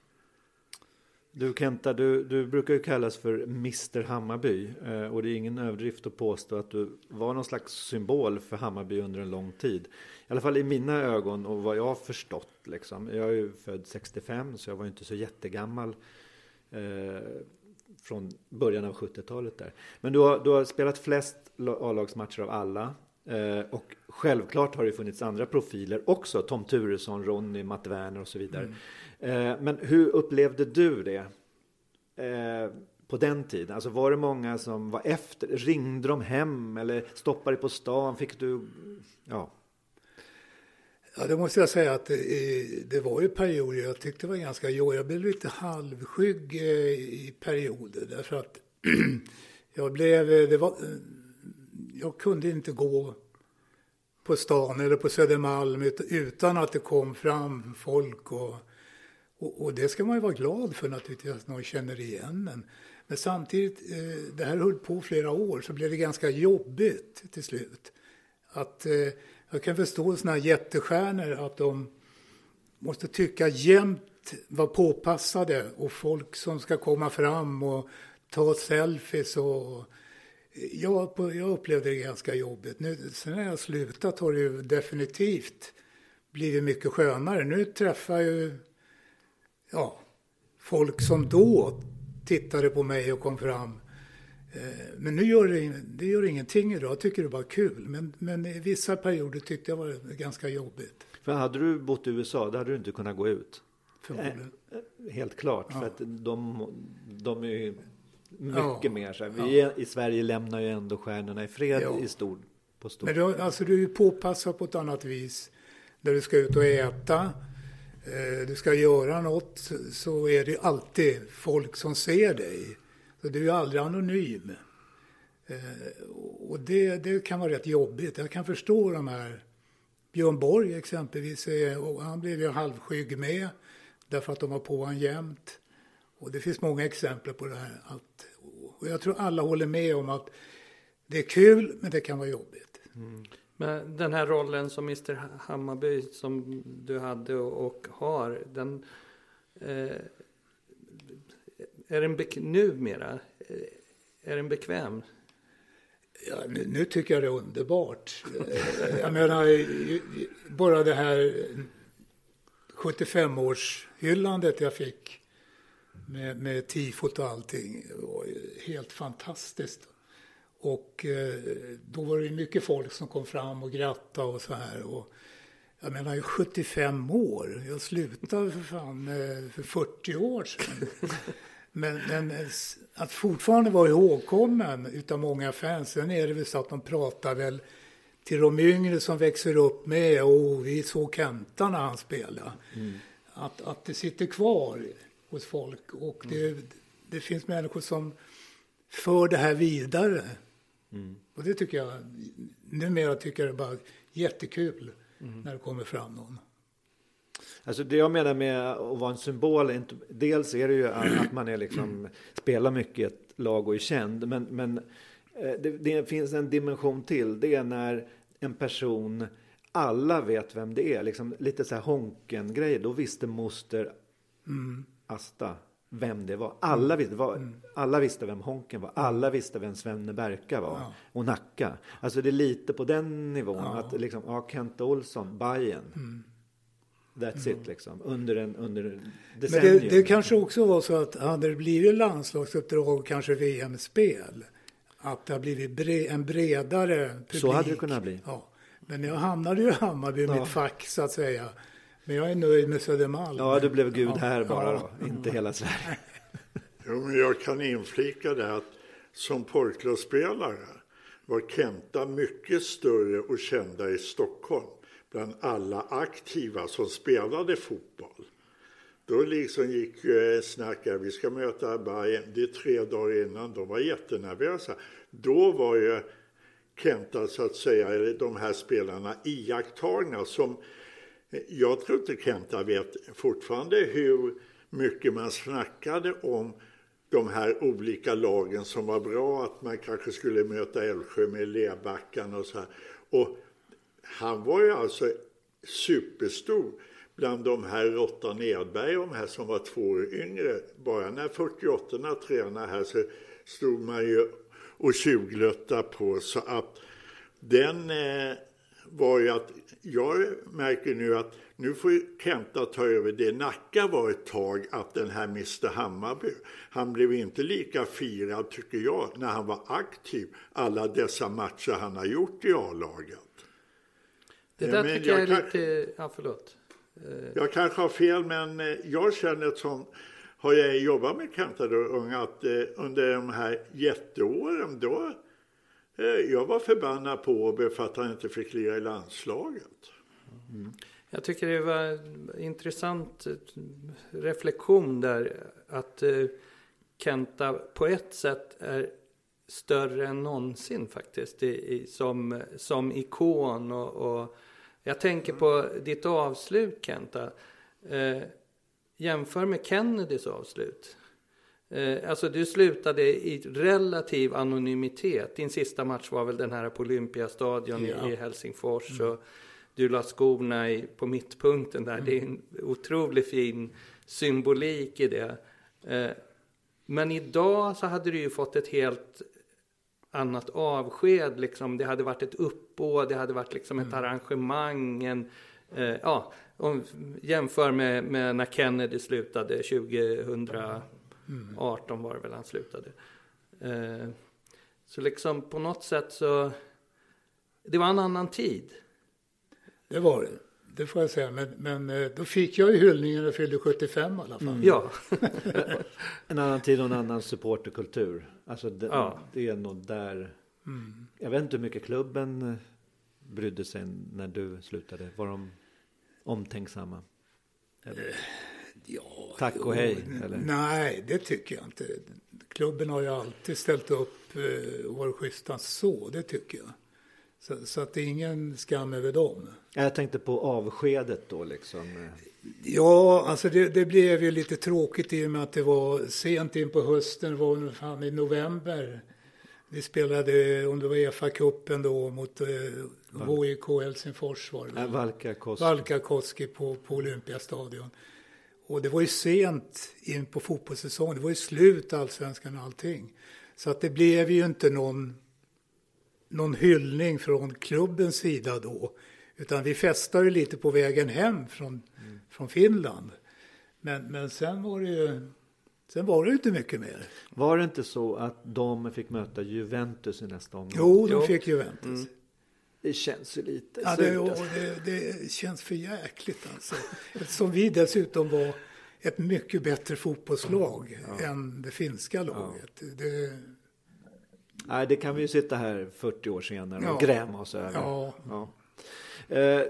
Du Kenta, du, du brukar ju kallas för mister Hammarby, eh, och det är ingen överdrift att påstå att du var någon slags symbol för Hammarby under en lång tid. I alla fall i mina ögon och vad jag har förstått liksom. Jag är ju född sextiofem, så jag var ju inte så jättegammal eh, från början av sjuttiotalet där. Men du har, du har spelat flest A-lagsmatcher av alla. Eh, och självklart har det funnits andra profiler också. Tom Turesson, Ronny, Matt Werner och så vidare. Mm. Eh, men hur upplevde du det eh, på den tiden? Alltså var det många som var efter? Ringde de hem eller stoppade på stan? Fick du... Ja. Ja, det måste jag säga att det, det var ju perioder jag tyckte det var ganska jobbigt. Jag blev lite halvskygg i perioder därför att jag blev... Det var, jag kunde inte gå på stan eller på Södermalm utan att det kom fram folk. Och, och, och det ska man ju vara glad för naturligtvis, att någon känner igen en. Men samtidigt, eh, det här höll på flera år, så blev det ganska jobbigt till slut. Att eh, jag kan förstå såna här jättestjärnor att de måste tycka jämt vara påpassade, och folk som ska komma fram och ta selfies och... Jag, jag upplevde det ganska jobbigt. Nu, sen när jag slutat har det ju definitivt blivit mycket skönare. Nu träffar jag ju ja, folk som då tittade på mig och kom fram. Men nu gör det, det gör ingenting idag. Jag tycker det var kul. Men, men i vissa perioder tyckte jag det var ganska jobbigt. För hade du bott i U S A, då hade du inte kunnat gå ut. Förmodligen. Helt klart. Ja. För att de, de är ju mycket ja, mer. Så här. Vi ja. i Sverige lämnar ju ändå stjärnorna i fred ja. i stor, på stor. Men du, alltså, du är påpassad på ett annat vis. När du ska ut och äta, eh, du ska göra något, så är det alltid folk som ser dig. Så du är aldrig anonym. Eh, och det, det kan vara rätt jobbigt. Jag kan förstå de här. Björn Borg exempelvis, och han blev ju halvskygg med därför att de var på han jämt. Och det finns många exempel på det här. Att, och jag tror alla håller med om att det är kul, men det kan vara jobbigt. Mm. Men den här rollen som mister Hammarby som du hade och, och har, den eh, är den bek- numera, är den bekväm? Ja, nu, nu tycker jag det är underbart. Jag menar, bara det här sjuttiofem-årshyllandet jag fick med, med tifot och allting var helt fantastiskt. Och eh, då var det mycket folk som kom fram och grattade och så här. Och jag menar, ju sjuttiofem år. Jag slutade för fan för fyrtio år sedan. Men, men att fortfarande vara ihågkommen utav många fans, sen är det väl så att de pratar väl till de yngre som växer upp med, och vi såg Kenta när han spelade. Mm. Att, att det sitter kvar hos folk, och det, mm. det finns människor som för det här vidare. Mm. Och det tycker jag, numera tycker jag det är bara jättekul mm. när det kommer fram någon. Alltså det jag menar med att vara en symbol, dels är det ju att man är liksom, spelar mycket i ett lag och är känd, men, men det, det finns en dimension till, det är när en person, alla vet vem det är, liksom lite så här Honken-grej, då visste moster mm. Asta vem det var. Alla visste, var, mm. alla visste vem Honken var. Alla visste vem Svenne Berka var. Ja. Och Nacka. Alltså det är lite på den nivån. Ja. Att liksom, ja, Kenta Olsson, Bayern. Mm. That's mm. it liksom. Under en, under en decennium. Men det, det kanske också var så att hade det blivit landslagsuppdrag och kanske V M-spel. Att det har blivit bre, en bredare publik. Så hade det kunnat bli. Ja. Men jag hamnade ju i Hammarby, ja. mitt fack så att säga. Men jag är nöjd med Södermalm. Ja, du blev Gud ja. här bara då. Ja. Inte hela Sverige. Jo, men jag kan inflika det att som porrklubbsspelare var Kenta mycket större och kända i Stockholm bland alla aktiva som spelade fotboll. Då liksom gick eh, snackade, vi ska möta Bayern, det är tre dagar innan, de var jättenervösa. Då var ju Kenta så att säga, eller de här spelarna iakttagna som, jag tror inte Kenta vet fortfarande hur mycket man snackade om de här olika lagen som var bra, att man kanske skulle möta Älvsjö med Lebackan och så här. Och han var ju alltså superstor bland de här Råtta Nedberg och de här som var två år yngre. Bara när fyrtioåttorna tränade här så stod man ju och tjuglötta på, så att den eh, var ju att jag märker nu att nu får Kenta ta över det Nacka var ett tag, att den här mister Hammarby. Han blev inte lika firad tycker jag när han var aktiv alla dessa matcher han har gjort i A-laget. Det där men tycker jag, jag är kan... lite... Ja, förlåt. Jag kanske har fel, men jag känner som har jag jobbat med Kenta då unga att under de här jätteåren då jag var förbannad på Åby för att han inte fick lira i landslaget. Mm. Jag tycker det var en intressant reflektion där att Kenta på ett sätt är större än någonsin faktiskt i, i, som, som ikon och, och jag tänker på ditt avslut Kenta. Eh, jämför med Kennedys avslut. Eh, alltså du slutade i relativ anonymitet. Din sista match var väl den här på Olympiastadion ja. i, i Helsingfors. Mm. Och du la skorna i, på mittpunkten där. Mm. Det är en otroligt fin symbolik i det. Eh, men idag så hade du ju fått ett helt annat avsked. Liksom. Det hade varit ett uppbåd, det hade varit liksom ett mm. arrangemang. En, eh, ja, om, jämför med, med när Kennedy slutade tjugohundraarton var det väl han slutade. Eh, så liksom på något sätt så det var en annan tid. Det var det. det får jag säga. Men, men då fick jag ju hyllningen när jag fyllde sjuttiofem i alla fall. Mm. Ja. En annan tid och en annan supporterkultur. Alltså det, ja. det är nog där. Mm. Jag vet inte hur mycket klubben brydde sig när du slutade. Var de omtänksamma? Eller? Ja, tack och hej? Eller? Nej, det tycker jag inte. Klubben har ju alltid ställt upp och varit schyssta så, det tycker jag. Så, så att det är ingen skam över dem. Jag tänkte på avskedet då liksom. Ja, alltså det, det blev ju lite tråkigt i och med att det var sent in på hösten, det var fan i november. Vi spelade, om det var E F A-cupen då, mot eh, H I K Helsingfors var det. Äh, Valkakoski. Valkakoski på, på Olympiastadion. Och det var ju sent in på fotbollssäsongen. Det var ju slut allsvenskan och allting. Så att det blev ju inte någon, någon hyllning från klubbens sida då. Utan vi festade lite på vägen hem från, mm. från Finland. Men, men sen var det ju... Sen var det inte mycket mer. Var det inte så att de fick möta Juventus i nästa omgång? Jo, de fick Juventus. Mm. Det känns ju lite ja, det, det, det känns för jäkligt alltså. Eftersom vi dessutom var ett mycket bättre fotbollslag ja. än det finska laget. Ja. Det... Nej, det kan vi ju sitta här fyrtio år senare och ja. gräma oss över. Ja. Ja. Eh,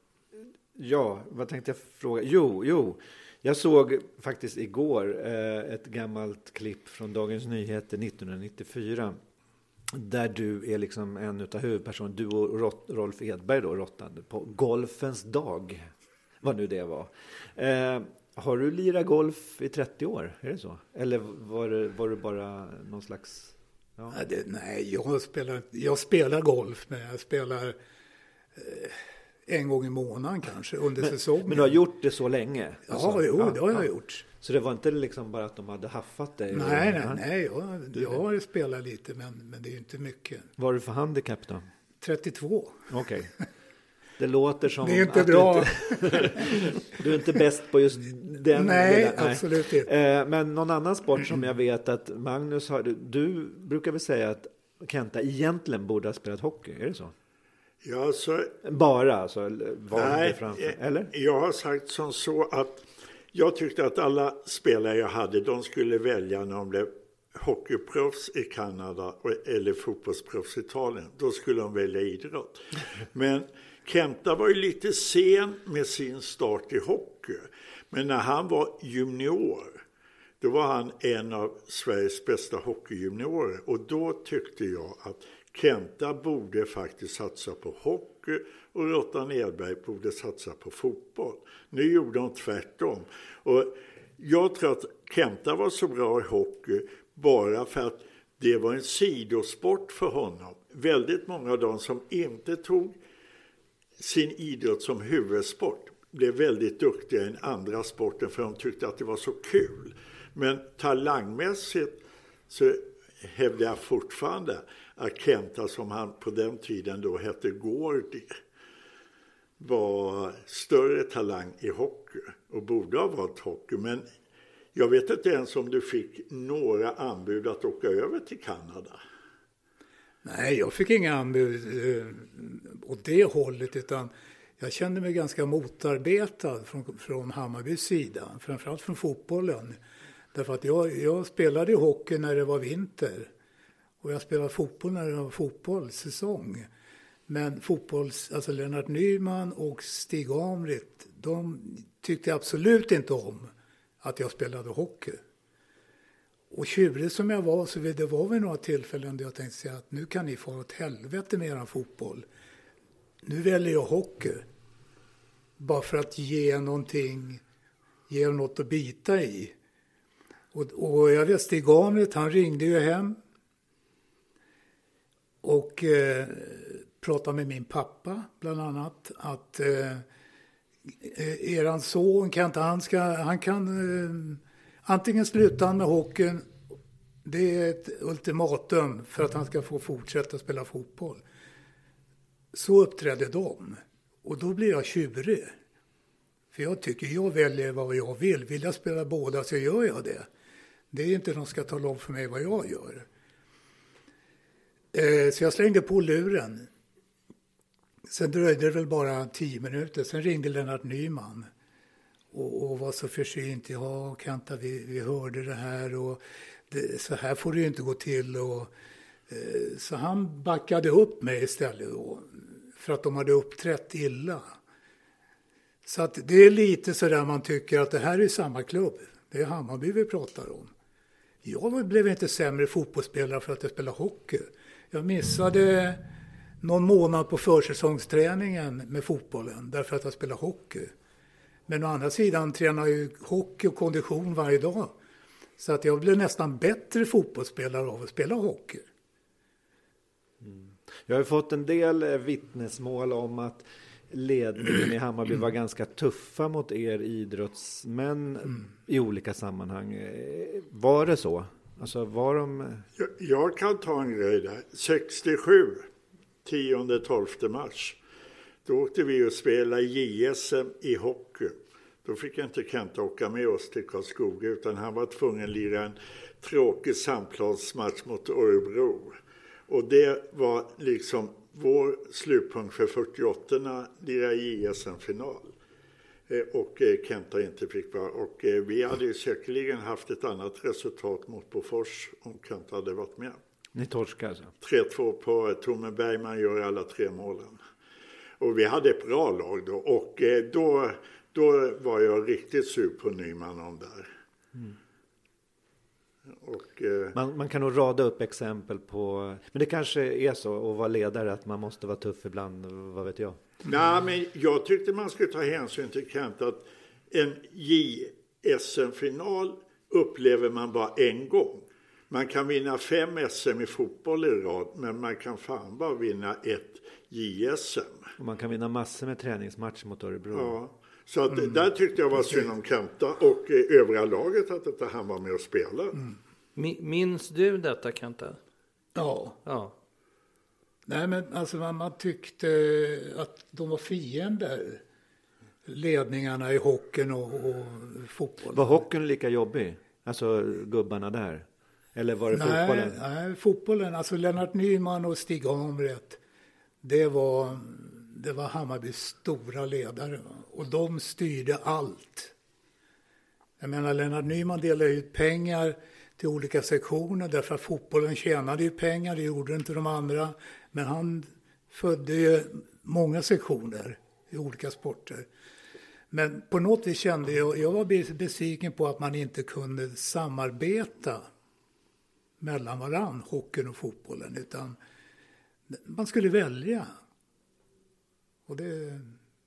ja, vad tänkte jag fråga? Jo, jo. Jag såg faktiskt igår eh, ett gammalt klipp från Dagens Nyheter nittonhundranittiofyra där du är liksom en utav huvudpersonerna, du och Rolf Edberg då, rottande på golfens dag, vad nu det var. Eh, har du lirat golf i trettio år, är det så? Eller var det, var det bara någon slags... Ja. Nej, det, nej jag, spelar, jag spelar golf, men jag spelar... Eh, en gång i månaden kanske under men, säsongen. Men du har gjort det så länge? Ja, alltså, jo, ja, det har jag ja. gjort. Så det var inte liksom bara att de hade haffat dig? Nej, nej, nej. Jag, jag har spelat lite, men, men det är inte mycket. Vad är du för handikapp då? trettiotvå. Okej. Okay. Det låter som... Det är inte bra. Du, inte, du är inte bäst på just den. Nej, delen. absolut inte. Eh, men någon annan sport som jag vet att Magnus har... Du brukar väl säga att Kenta egentligen borde ha spelat hockey, är det så? Ja, så, bara alltså, var nej, det framför, eller? Jag har sagt som så att jag tyckte att alla spelare jag hade, de skulle välja när de blev hockeyproffs i Kanada eller fotbollsproffs i Italien. Då skulle de välja idrott. Men Kenta var ju lite sen med sin start i hockey. Men när han var junior, då var han en av Sveriges bästa hockeyjuniorer. Och då tyckte jag att Kenta borde faktiskt satsa på hockey och Rottan Edberg borde satsa på fotboll. Nu gjorde de tvärtom. Och jag tror att Kenta var så bra i hockey bara för att det var en sidosport för honom. Väldigt många av de som inte tog sin idrott som huvudsport blev väldigt duktiga i en andra sporten för de tyckte att det var så kul. Men talangmässigt så hävdar jag fortfarande att Kenta, som han på den tiden då hette Gordy, var större talang i hockey och borde ha varit hockey. Men jag vet inte ens om du fick några anbud att åka över till Kanada. Nej, jag fick inga anbud eh, åt det hållet, utan jag kände mig ganska motarbetad från, från Hammarbys sida, framförallt från fotbollen. Därför att jag, jag spelade hockey när det var vinter och jag spelade fotboll när det var fotbollssäsong. Men fotbolls, alltså Lennart Nyman och Stig Amrit, de tyckte absolut inte om att jag spelade hockey. Och tjurig som jag var, så det var väl några tillfällen där jag tänkte säga att nu kan ni få åt helvete med er fotboll. Nu väljer jag hockey. Bara för att ge någonting, ge något att bita i. Och, och jag vet, Stig Amrit, han ringde ju hem och eh, pratade med min pappa bland annat att eh, eran son kan inte, han ska, han kan eh, antingen sluta med hockeyn, det är ett ultimatum för att han ska få fortsätta spela fotboll. Så uppträdde de. Och då blir jag tjurig. För jag tycker jag väljer vad jag vill. Vill jag spela båda så gör jag det. Det är inte någon ska tala om för mig vad jag gör. Eh, så jag slängde på luren. sen dröjde det väl bara tio minuter. Sen ringde Lennart Nyman och, och var så försynt. Ja, Kenta, vi, vi hörde det här och det, så här får det ju inte gå till. Och, eh, så han backade upp mig istället då, för att de hade uppträtt illa. Så att det är lite så där man tycker att det här är samma klubb. Det är Hammarby vi pratar om. Jag blev inte sämre fotbollsspelare för att jag spelade hockey. Jag missade någon månad på försäsongsträningen med fotbollen därför att jag spelade hockey. Men å andra sidan tränar jag ju hockey och kondition varje dag. Så att jag blev nästan bättre fotbollsspelare av att spela hockey. Mm. Jag har fått en del vittnesmål om att ledningen i Hammarby var ganska tuffa mot er idrottsmän mm. i olika sammanhang. Var det så? Alltså var de... jag, jag kan ta en grej där. sextiosju, tionde tolfte mars. Då åkte vi och spelade J S M i hockey. Då fick inte Kent åka med oss till Karlskoga utan han var tvungen att lira en tråkig samplansmatch mot Örebro. Och det var liksom vår slutpunkt för fyrtioåttorna, lira J S M-final. Och Kenta inte fick vara. Och vi hade ju säkerligen haft ett annat resultat mot Bofors om Kenta hade varit med. Ni torskar alltså? tre två på Tomme Bergman gör alla tre målen. Och vi hade ett bra lag då. Och då, då var jag riktigt sur på Nyman om där. Mm. Och, eh, man, man kan nog rada upp exempel på, men det kanske är så att vara ledare att man måste vara tuff ibland, vad vet jag. Nej, men jag tyckte man skulle ta hänsyn till Kent att en J S M-final upplever man bara en gång. Man kan vinna fem S M i fotboll i rad, men man kan fan bara vinna ett J S M. Och man kan vinna massor med träningsmatcher mot Örebro. Ja. Så att mm. där tyckte jag var synd om Kenta och eh, övriga laget att inte han var med och spela. Mm. Minns du detta, Kenta? Ja. ja. Nej, men alltså man, man tyckte att de var fiender. Ledningarna i hockeyn och, och fotbollen. Var hockeyn lika jobbig? Alltså gubbarna där? Eller var det nej, fotbollen? Nej, fotbollen. Alltså Lennart Nyman och Stig Hamret. Det var, det var Hammarbys stora ledare. Och de styrde allt. Jag menar, Lennart Nyman delade ut pengar till olika sektioner därför att fotbollen tjänade ju pengar, det gjorde inte de andra. Men han födde ju många sektioner i olika sporter. Men på något vis kände jag, jag var besviken på att man inte kunde samarbeta mellan varann, hockeyn och fotbollen, utan man skulle välja. Och det...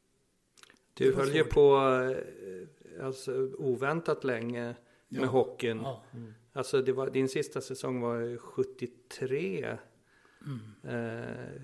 Du höll ju på alltså, oväntat länge med ja. hockeyn. Ja. Mm. Alltså det var, din sista säsong var sjuttiotre. Mm. Eh,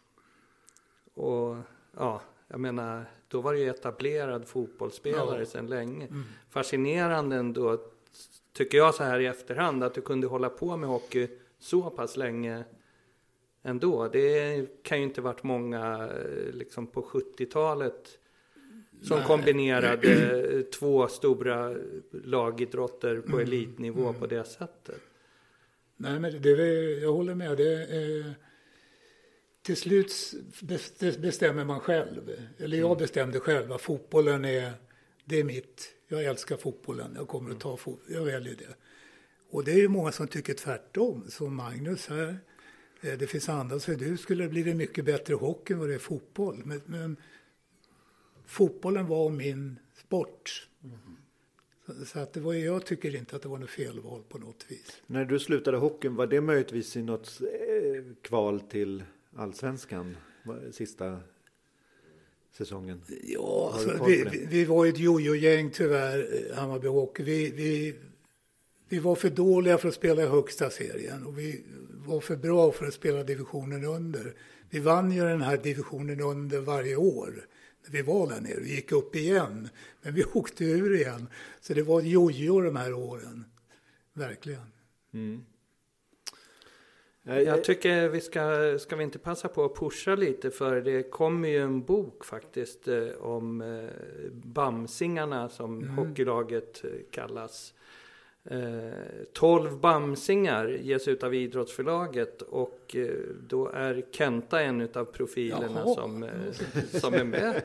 och ja, jag menar, då var det ju etablerad fotbollsspelare ja. sedan länge. Mm. Fascinerande ändå, tycker jag så här i efterhand, att du kunde hålla på med hockey så pass länge ändå. Det kan ju inte varit många liksom på sjuttiotalet som Nej. kombinerade två stora lagidrotter på mm. elitnivå mm. på det sättet. Nej, men det, jag håller med. Det, eh, till slut bestämmer man själv. Eller jag bestämde själv att fotbollen är, det är mitt. Jag älskar fotbollen. Jag kommer att ta fotboll. Jag väljer det. Och det är ju många som tycker tvärtom. Som Magnus här. Eh, det finns andra som du skulle bli det mycket bättre hockey än vad det är fotboll. Men, men fotbollen var min sport. Mm. Så, så att det var, jag tycker inte att det var något felval på något vis. När du slutade hockeyn, var det möjligtvis i något eh, kval till Allsvenskan sista säsongen? Ja, alltså, vi, vi, vi var ett jojo-gäng tyvärr, Hammarby Hockey. Vi, vi, vi var för dåliga för att spela i högsta serien och vi var för bra för att spela divisionen under. Vi vann ju den här divisionen under varje år. Vi var där nere och gick upp igen. Men vi åkte ur igen. Så det var jojo de här åren. Verkligen. Mm. Jag tycker vi ska, ska vi inte passa på att pusha lite, för det kommer ju en bok faktiskt eh, om eh, Bamsingarna som mm. hockeylaget eh, kallas. tolv bamsingar ges ut av idrottsförlaget och eh, då är Kenta en av profilerna som, eh, som är med.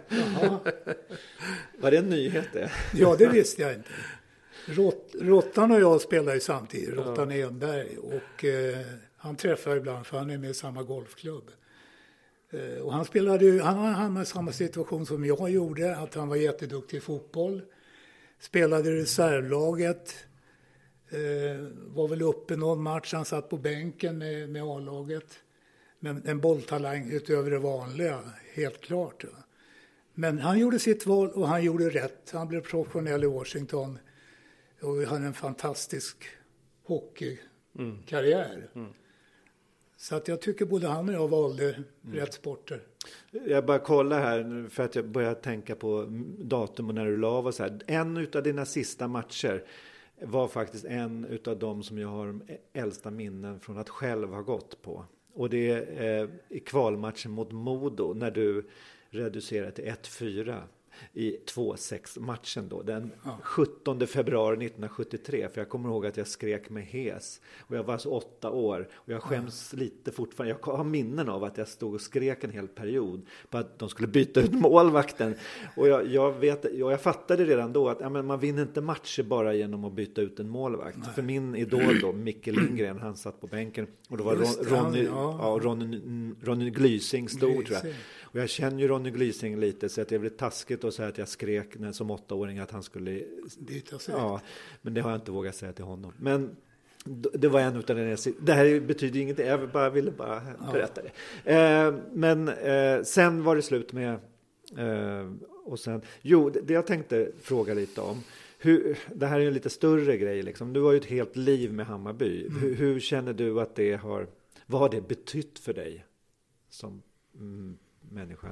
Var det en nyhet det? Ja, det visste jag inte. Rott, Rottan och jag spelar ju samtidigt, Rottan ja. Enberg, och eh, han träffar ibland för han är med i samma golfklubb. Eh, och han spelade ju, han hamnade i samma situation som jag gjorde, att han var jätteduktig i fotboll. Spelade i reservlaget, eh, var väl uppe någon match, han satt på bänken med, med A-laget. Men en bolltalang utöver det vanliga, helt klart. Ja. Men han gjorde sitt val och han gjorde rätt. Han blev professionell i Washington. Och vi hade en fantastisk hockeykarriär. Mm. Mm. Så att jag tycker både han och jag valde mm. rätt sporter. Jag bara kollar här för att jag börjar tänka på datum och när du la av och så här. En utav dina sista matcher var faktiskt en utav dem som jag har äldsta minnen från att själv ha gått på. Och det är eh, i kvalmatchen mot Modo när du reducerade till ett fyra. I två sex matchen då, den ja. sjuttonde februari nittonhundrasjuttiotre, för jag kommer ihåg att jag skrek med hes och jag var alltså åtta år och jag skäms ja. lite fortfarande, jag har minnen av att jag stod och skrek en hel period på att de skulle byta ut målvakten och jag, jag vet, och jag fattade redan då att ja, men man vinner inte matcher bara genom att byta ut en målvakt. Nej. För min idol då, Micke Lindgren, han satt på bänken och då var Ron, Ronny, ja. Ja, Ronny, Ronny Glysing stor Glysing. tror jag. Och jag känner ju Ronny Glysing lite så att det blev taskigt att säga att jag skrek när, som åttaåring att han skulle byta sig. Ja, men det har jag inte vågat säga till honom. Men det var en utav den jag, det här betyder inget, jag bara ville bara berätta ja. det. Eh, men eh, sen var det slut med eh, och sen, jo det, det jag tänkte fråga lite om. Hur, det här är ju en lite större grej liksom. Du har ju ett helt liv med Hammarby. Mm. Hur, hur känner du att det har, vad har det betytt för dig som mm, människa?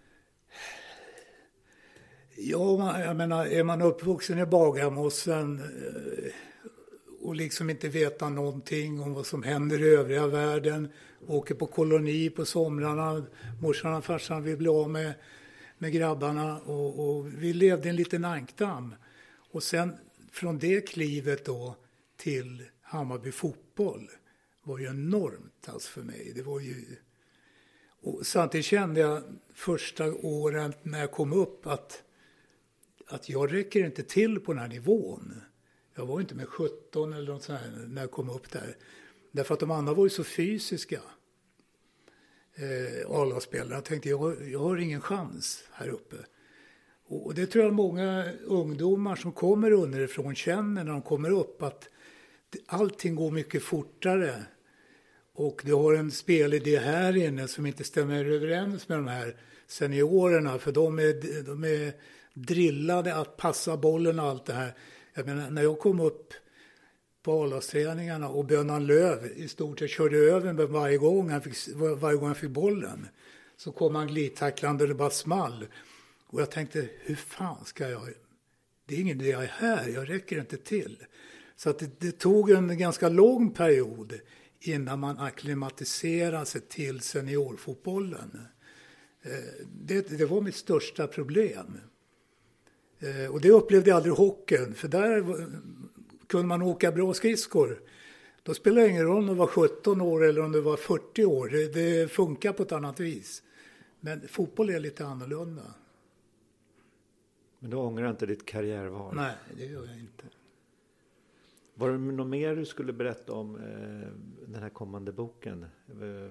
Ja, jag menar, är man uppvuxen i Bagarmossen och liksom inte veta någonting om vad som händer i övriga världen, åker på koloni på somrarna, morsan och farsan vill bli av med, med grabbarna och, och vi levde i en liten ankdamm. Och sen från det klivet då till Hammarby fotboll var ju enormt alltså för mig. Det var ju... Och samtidigt kände jag första åren när jag kom upp att, att jag räcker inte till på den här nivån. Jag var inte med sjutton eller något sånt här när jag kom upp där. Därför att de andra var ju så fysiska. Eh, alla spelare. Jag tänkte jag, jag har ingen chans här uppe. Och, och det tror jag många ungdomar som kommer underifrån känner när de kommer upp. Att det, allting går mycket fortare. Och du har en spelidé här inne som inte stämmer överens med de här seniorerna. För de är, de är drillade att passa bollen och allt det här. Jag menar, när jag kom upp på A-lagsträningarna och Bönan Löv i stort sett körde över med varje gång han fick, varje gång han fick bollen. Så kom han glidtacklande och det bara small. Och jag tänkte, hur fan ska jag... Det är ingen idé jag är här, jag räcker inte till. Så att det, det tog en ganska lång period innan man akklimatiserade sig till seniorfotbollen. Det, det var mitt största problem. Och det upplevde jag aldrig i hockeyn. För där kunde man åka bra skridskor. Då spelar det ingen roll om du var sjutton år eller om du var fyrtio år. Det, det funkar på ett annat vis. Men fotboll är lite annorlunda. Men du ångrar inte ditt karriärval? Nej, det gör jag inte. Var det något mer du skulle berätta om eh, den här kommande boken? Eh,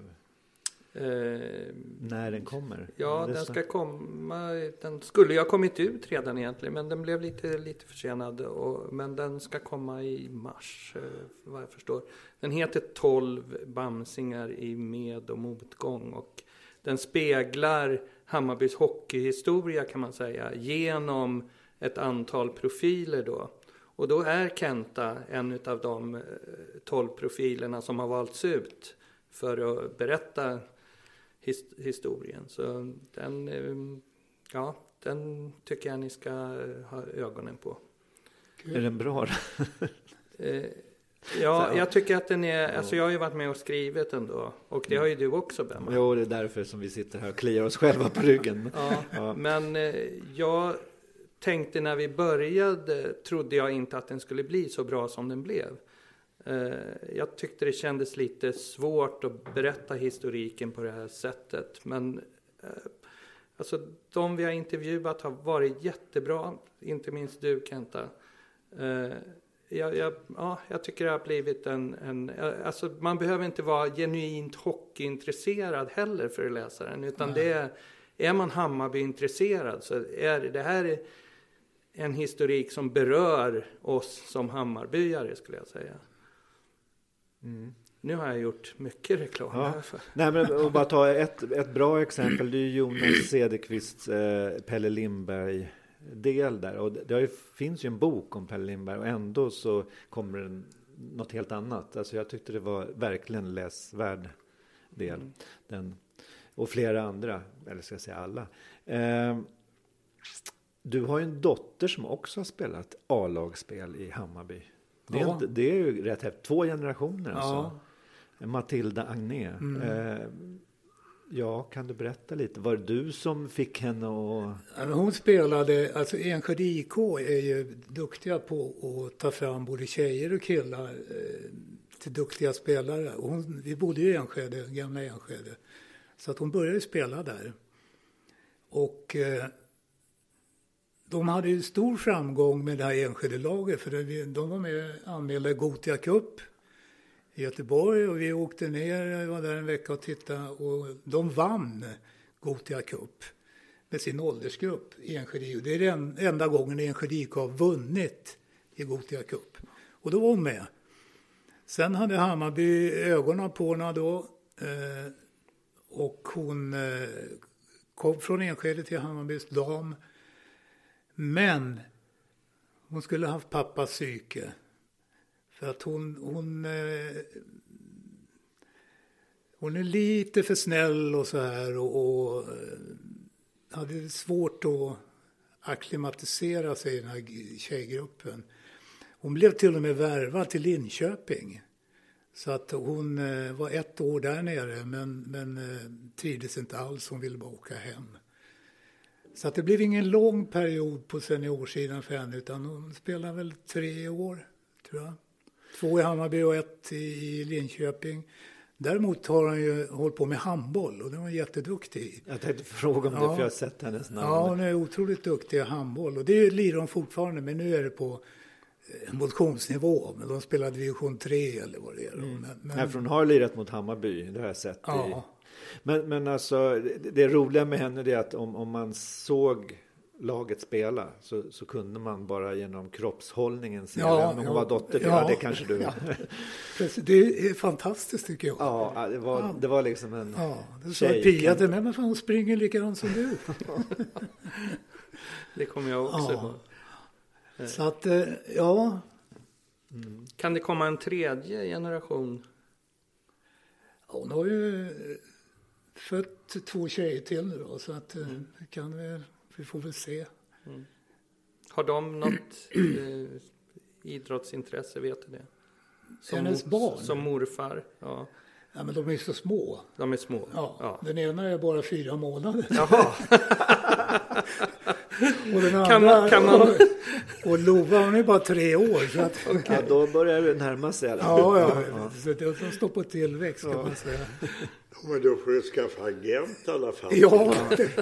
eh, när den kommer? Ja, den ska komma. Den skulle ju ha kommit ut redan egentligen, men den blev lite, lite försenad. Och, men den ska komma i mars, eh, vad jag förstår. Den heter tolv bamsingar i med- och motgång. Och den speglar Hammarbys hockeyhistoria kan man säga, genom ett antal profiler då. Och då är Kenta en av de tolv profilerna som har valts ut för att berätta his- historien. Så den, ja, den tycker jag ni ska ha ögonen på. Är den bra? eh, ja, jag tycker att den är... Alltså jag har ju varit med och skrivit ändå. Och det har ju du också, Bemma. Jo, det är därför som vi sitter här och kliar oss själva på ryggen. ja, ja, men eh, jag... tänkte när vi började, trodde jag inte att den skulle bli så bra som den blev. Jag tyckte det kändes lite svårt att berätta historiken på det här sättet. Men alltså, de vi har intervjuat har varit jättebra. Inte minst du, Kenta. Jag, jag, ja, jag tycker det har blivit en... en alltså, man behöver inte vara genuint hockeyintresserad heller för att läsa den. Utan det är, är man Hammarby-intresserad så är det här en historik som berör oss som Hammarbyare, skulle jag säga. Mm. Nu har jag gjort mycket reklam. Ja. Här för. Nej, men bara ta ett, ett bra exempel. Det är Jonas Cederqvists eh, Pelle Lindberg del där. Och det, det ju, finns ju en bok om Pelle Lindberg och ändå så kommer det något helt annat. Alltså jag tyckte det var verkligen läsvärd del. Mm. Den, och flera andra, eller ska jag säga alla. Eh, du har ju en dotter som också har spelat A-lagsspel i Hammarby. Det är, ja. inte, det är ju rätt häftigt. Två generationer ja. alltså. Matilda Agné. Mm. Eh, ja, kan du berätta lite? Var det du som fick henne att... Ja, hon spelade, alltså Enskede I K är ju duktiga på att ta fram både tjejer och killar eh, till duktiga spelare. Och hon, vi bodde ju i Enskede, gamla Enskede. Så att hon började spela där. Och... Eh, de hade ju stor framgång med det här Enskede-laget för de var med anmälda i Gothia Cup i Göteborg och vi åkte ner, jag var där en vecka och tittade och de vann Gothia Cup med sin åldersgrupp i Enskede. Det är den enda gången Enskede I K har vunnit i Gothia Cup och då var hon med. Sen hade Hammarby ögonen på henne då och hon kom från Enskede till Hammarbys dam. Men hon skulle ha haft pappas psyke. För att hon, hon, eh, hon är lite för snäll och så här. Och, och hade svårt att akklimatisera sig i den här tjejgruppen. Hon blev till och med värvad till Linköping. Så att hon eh, var ett år där nere men, men eh, trivdes inte alls. Hon ville bara åka hem. Så att det blev ingen lång period på seniorsidan för henne utan hon spelade väl tre år tror jag. Två i Hammarby och ett i Linköping. Däremot har hon ju hållit på med handboll och det var hon jätteduktig. Jag tänkte fråga om ja. det för jag har sett hennes namn. Ja, hon är otroligt duktig i handboll och det lirar hon fortfarande men nu är det på motionsnivå. Men de spelar division tre eller vad det är. Mm. Men, men... Nej, för hon har lirat mot Hammarby, det har jag sett ja. i... Men, men alltså, det, det roliga med henne är att om, om man såg laget spela så, så kunde man bara genom kroppshållningen se ja, vem hon ja, var dotter till. Ja, ja, det kanske du... Ja. Det är fantastiskt tycker jag. Ja, det var, ja. det var liksom en ja, det sa Pia till mig, men fan hon springer likadant som du. Det kommer jag också ja. ihåg. Så att, ja. Mm. Kan det komma en tredje generation? Hon har ju fött två tjejer till nu då, så att mm. det kan vi, vi får väl se. Mm. Har de något eh, idrottsintresse, vet du det? Som hennes barn? Som morfar, ja. Ja, men de är så små. De är små? Ja, ja. Den ena är bara fyra månader. Jaha. Och den andra, kan man, kan man... och, och Lova hon är bara tre år. Så att, okay. Ja, då börjar det närma sig. Ja, ja, ja. Så de står på tillväxt kan ja. man säga. Men då får du skaffa agent i alla fall. Ja.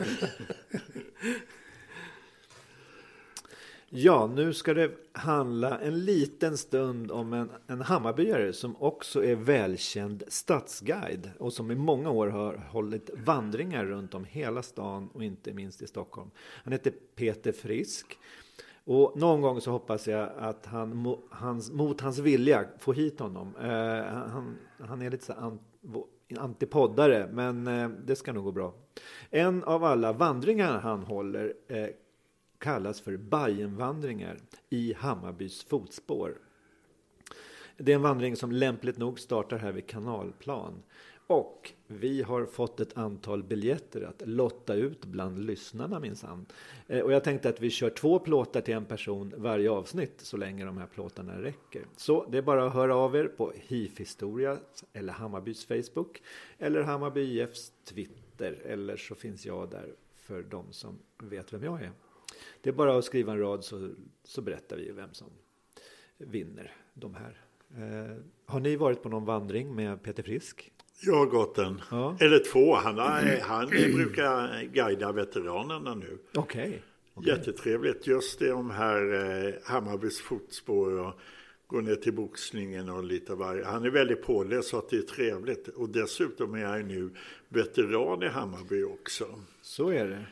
Ja, nu ska det handla en liten stund om en, en Hammarbyare som också är välkänd stadsguide och som i många år har hållit vandringar runt om hela stan och inte minst i Stockholm. Han heter Peter Frisk och någon gång så hoppas jag att han hans, mot hans vilja får hit honom. Uh, han, han är lite så an, antipoddare men uh, det ska nog gå bra. En av alla vandringar han håller uh, kallas för Bajenvandringar i Hammarbys fotspår. Det är en vandring som lämpligt nog startar här vid Kanalplan. Och vi har fått ett antal biljetter att lotta ut bland lyssnarna minsann. Och jag tänkte att vi kör två plåtar till en person varje avsnitt så länge de här plåtarna räcker. Så det är bara att höra av er på H I F-historia eller Hammarbys Facebook eller Hammarby I Fs Twitter. Eller så finns jag där för de som vet vem jag är. Det är bara att skriva en rad så, så berättar vi vem som vinner de här. Eh, har ni varit på någon vandring med Peter Frisk? Jag har gått en, ja. eller två. Han, har, han brukar guida veteranerna nu. Okej. Okay. Okay. Jättetrevligt. Just det om här eh, Hammarbys fotspår och gå ner till boxningen och lite varje. Han är väldigt påläst så att det är trevligt. Och dessutom är han nu veteran i Hammarby också. Så är det.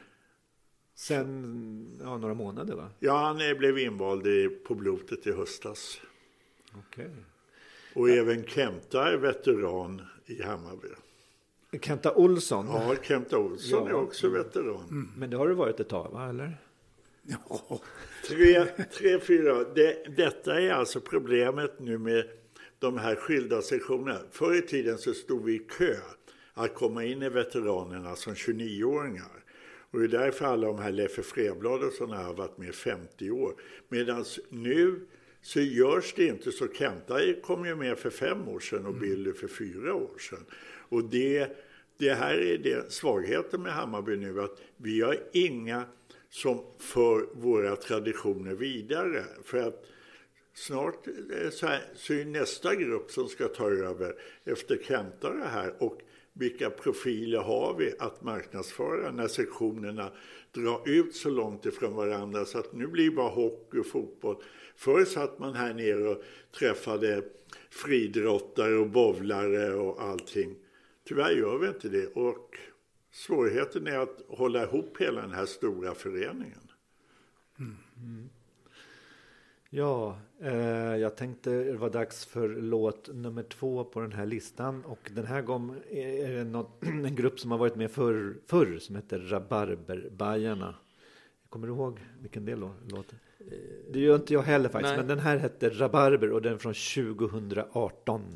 Sen ja, några månader va? Ja, han är, blev invald i, på blotet i höstas. Okej. Okay. Och ja. Även Kenta är veteran i Hammarby. Kenta Olsson? Ja, Kenta Olsson ja. Är också veteran. Mm. Men det har du varit ett tag va, eller? Ja. Tre, tre, fyra. Det, detta är alltså problemet nu med de här skilda sektionerna. Förr i tiden så stod vi i kö att komma in i veteranerna som tjugonioåringar. Och det är därför alla de här Leffe Freblad och sådana har varit med femtio år. Medan nu så görs det inte så. Kenta kom ju med för fem år sedan och Billy för fyra år sedan. Och det, det här är det svagheten med Hammarby nu, att vi har inga som för våra traditioner vidare. För att snart så, här, så är nästa grupp som ska ta över efter Kenta det här. Och vilka profiler har vi att marknadsföra när sektionerna drar ut så långt ifrån varandra, så att nu blir bara hockey och fotboll. Förr satt man här nere och träffade fridrottare och bowlare och allting. Tyvärr gör vi inte det, och svårigheten är att hålla ihop hela den här stora föreningen. Mm. Mm. Ja, eh, jag tänkte det var dags för låt nummer två på den här listan. Och den här gången är det något, en grupp som har varit med förr, förr som heter Rabarberbajarna. Kommer du ihåg vilken del låter? Det gör inte jag heller faktiskt. Nej. Men den här heter Rabarber och den är från tjugohundraarton.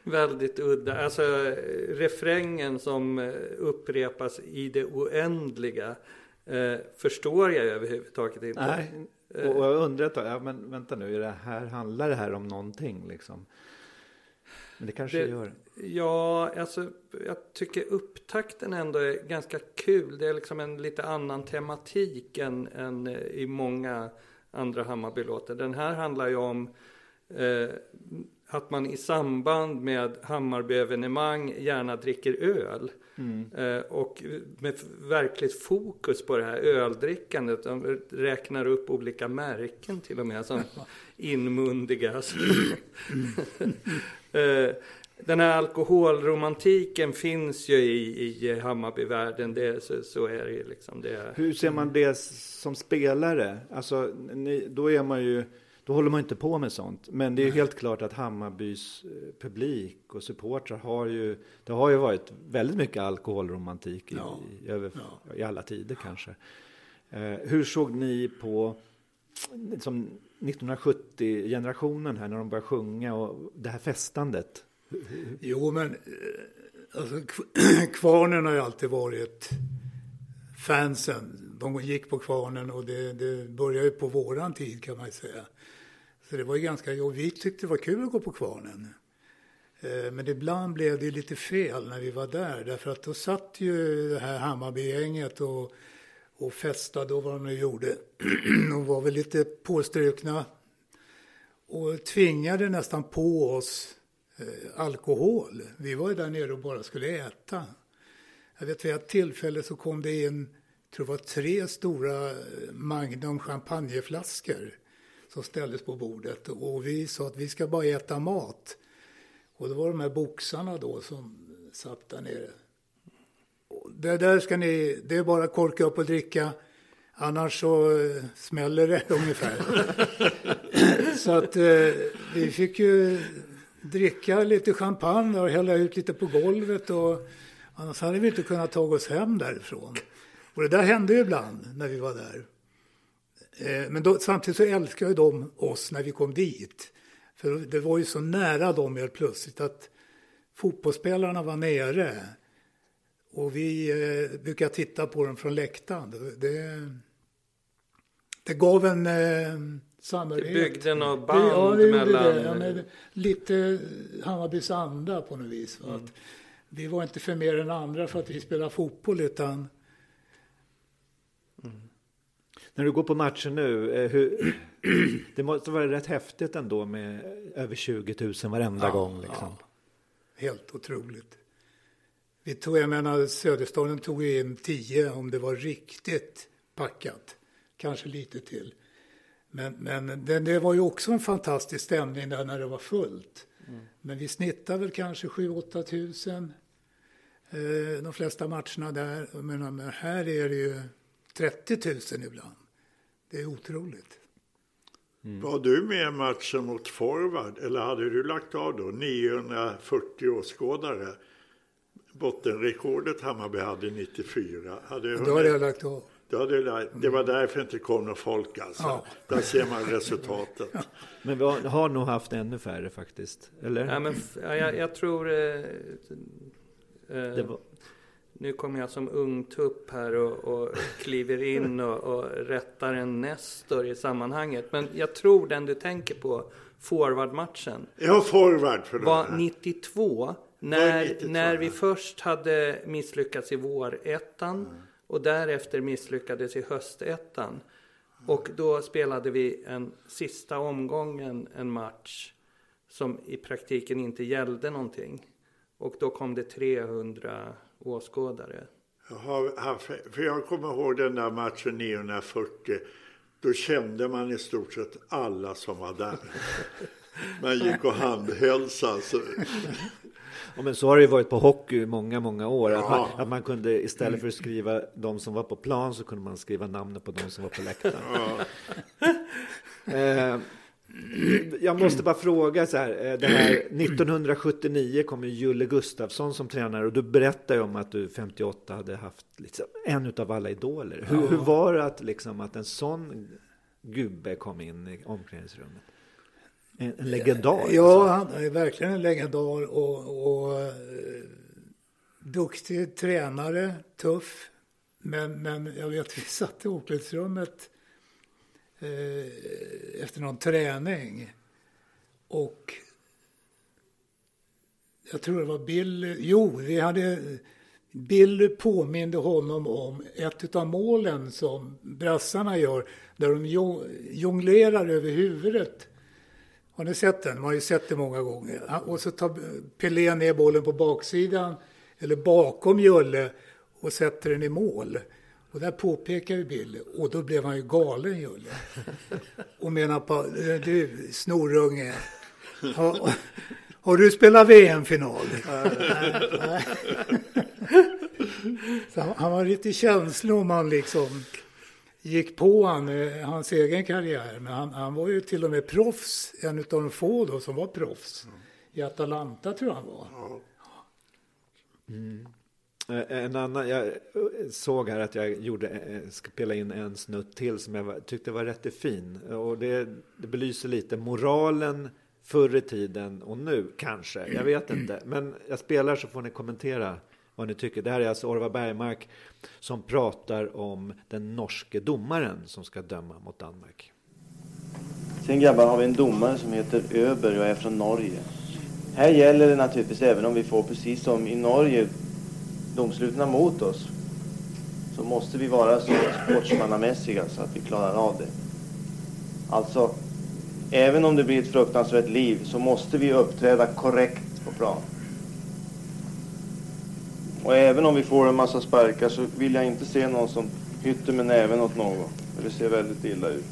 väldigt udda. Alltså refrängen som upprepas i det oändliga eh, förstår jag överhuvudtaget inte. Nej, och jag undrar, ja, men vänta nu, är det här, handlar det här om någonting liksom? Men det kanske det gör. Ja, alltså jag tycker upptakten ändå är ganska kul. Det är liksom en lite annan tematik än, än i många andra Hammarbylåtar. Den här handlar ju om eh, att man i samband med Hammarby-evenemang gärna dricker öl. Mm. Eh, och med verkligt fokus på det här öldrickandet. De räknar upp olika märken till och med som inmundigas. eh, Den här alkoholromantiken finns ju i, i Hammarbyvärlden, det, så, så är det liksom. Det. Hur ser man det som spelare? Alltså, ni, då, är man ju, då håller man inte på med sånt. Men det är ju helt klart att Hammarbys publik och supportrar har ju, det har ju varit väldigt mycket alkoholromantik i, ja. i, över, ja. i alla tider kanske. Eh, hur såg ni på som nittonhundrasjuttio-generationen här när de började sjunga och det här festandet? Jo, men alltså, Kvarnen har ju alltid varit fansen. De gick på Kvarnen och det, det började ju på våran tid kan man ju säga. Så det var ju ganska, och vi tyckte det var kul att gå på Kvarnen. Men ibland blev det lite fel när vi var där. Därför att då satt ju det här Hammarbygänget och, och festade och vad de nu gjorde. De var väl lite påstrukna och tvingade nästan på oss alkohol. Vi var ju där nere och bara skulle äta. Jag vet vid ett tillfälle så kom det in, tror det var tre stora Magnum champagneflaskor som ställdes på bordet. Och vi sa att vi ska bara äta mat. Och det var de här boxarna då som satt där nere. Och det där ska ni, det är bara korka upp och dricka. Annars så smäller det ungefär. Så att eh, vi fick ju dricka lite champagne och hälla ut lite på golvet och annars hade vi inte kunnat ta oss hem därifrån. Och det där hände ju ibland när vi var där. Eh, men då, samtidigt så älskade de oss när vi kom dit. För det var ju så nära dem helt plötsligt att fotbollsspelarna var nere. Och vi eh, brukar titta på dem från läktaren. Det, det gav en eh, samhörighet. Det byggde något band ja, det mellan... Det. Ja, men lite Hammarbys anda på något vis. Mm. Att vi var inte för mer än andra för att vi spelade fotboll utan... Mm. När du går på matchen nu, hur, det måste vara rätt häftigt ändå med över tjugo tusen varenda ja, gång. Liksom. Ja. Helt otroligt. Vi tog, jag menar, Söderstaden tog in tio om det var riktigt packat. Kanske lite till. Men, men det, det var ju också en fantastisk stämning där när det var fullt. Mm. Men vi snittar väl kanske sju åtta tusen eh, de flesta matcherna där. Jag menar, men här är det ju trettio tusen ibland. Det är otroligt. Mm. Var du med matchen mot Forward eller hade du lagt av då niohundrafyrtio åskådare? Bottenrekordet Hammarby hade nittiofyra. Hade då hade jag lagt av. Då hade lagt, det var därför inte kom någon folk alltså. Ja. Där ser man resultatet. Ja. Men vi har, har nog haft ännu färre faktiskt, eller? Ja, men jag, jag tror... Eh, eh, var... Nu kommer jag som ung tupp här och, och kliver in och, och rättar en Nestor i sammanhanget. Men jag tror den du tänker på, forwardmatchen. Ja, forward för var nittiotvå. När, nittiotvå, när vi först hade misslyckats i vårettan mm. och därefter misslyckades i höstettan. Mm. Och då spelade vi en sista omgången en match som i praktiken inte gällde någonting. Och då kom det trehundra åskådare. Jaha, för jag kommer ihåg den där matchen niohundrafyrtio. Då kände man i stort sett alla som var där. Man gick och handhälsade. Så. Ja, men så har det ju varit på hockey många, många år. Ja. Att, man, att man kunde istället för att skriva de som var på plan så kunde man skriva namnet på de som var på läktaren. Ja. eh, jag måste bara fråga så här, det här nittonhundrasjuttionio kom ju Julle Gustafsson som tränare och du berättade ju om att du femtioåtta hade haft liksom en utav alla idoler. Hur, ja. hur var det att, liksom, att en sån gubbe kom in i omklädningsrummet? En, en legendar? Ja, alltså. Han är verkligen en legendar och, och uh, duktig tränare, tuff. Men, men jag vet, vi satt i omklädningsrummet uh, efter någon träning och jag tror det var Bill, jo, vi hade, Bill påminde honom om ett av målen som brassarna gör, där de jonglerar över huvudet. Har ni sett den? Man har ju sett det många gånger. Och så tar Pelé ner bollen på baksidan, eller bakom Julle, och sätter den i mål. Och där påpekar ju Bill, och då blev han ju galen, Julle. Och menar på, du, snorunge, har, har du spelat V M-final? Så han, han var lite känslig om han liksom gick på han, hans egen karriär. Men han, han var ju till och med proffs, en av de få då som var proffs. Mm. I Atalanta tror jag han var. Mm. En annan, jag såg här att jag gjorde, spela in en snutt till som jag tyckte var rätt fin. Och det, det belyser lite moralen förr i tiden och nu kanske, jag vet inte. Men jag spelar så får ni kommentera vad ni tycker. Det här är alltså Orvar Bergmark som pratar om den norske domaren som ska döma mot Danmark. Sen grabbar har vi en domare som heter Öber och är från Norge. Här gäller det naturligtvis, även om vi får precis som i Norge domslutna mot oss, så måste vi vara så sportsmannamässiga så att vi klarar av det. Alltså, även om det blir ett fruktansvärt liv så måste vi uppträda korrekt på plan. Och även om vi får en massa sparkar så vill jag inte se någon som hytter med näven åt någon. För det ser väldigt illa ut.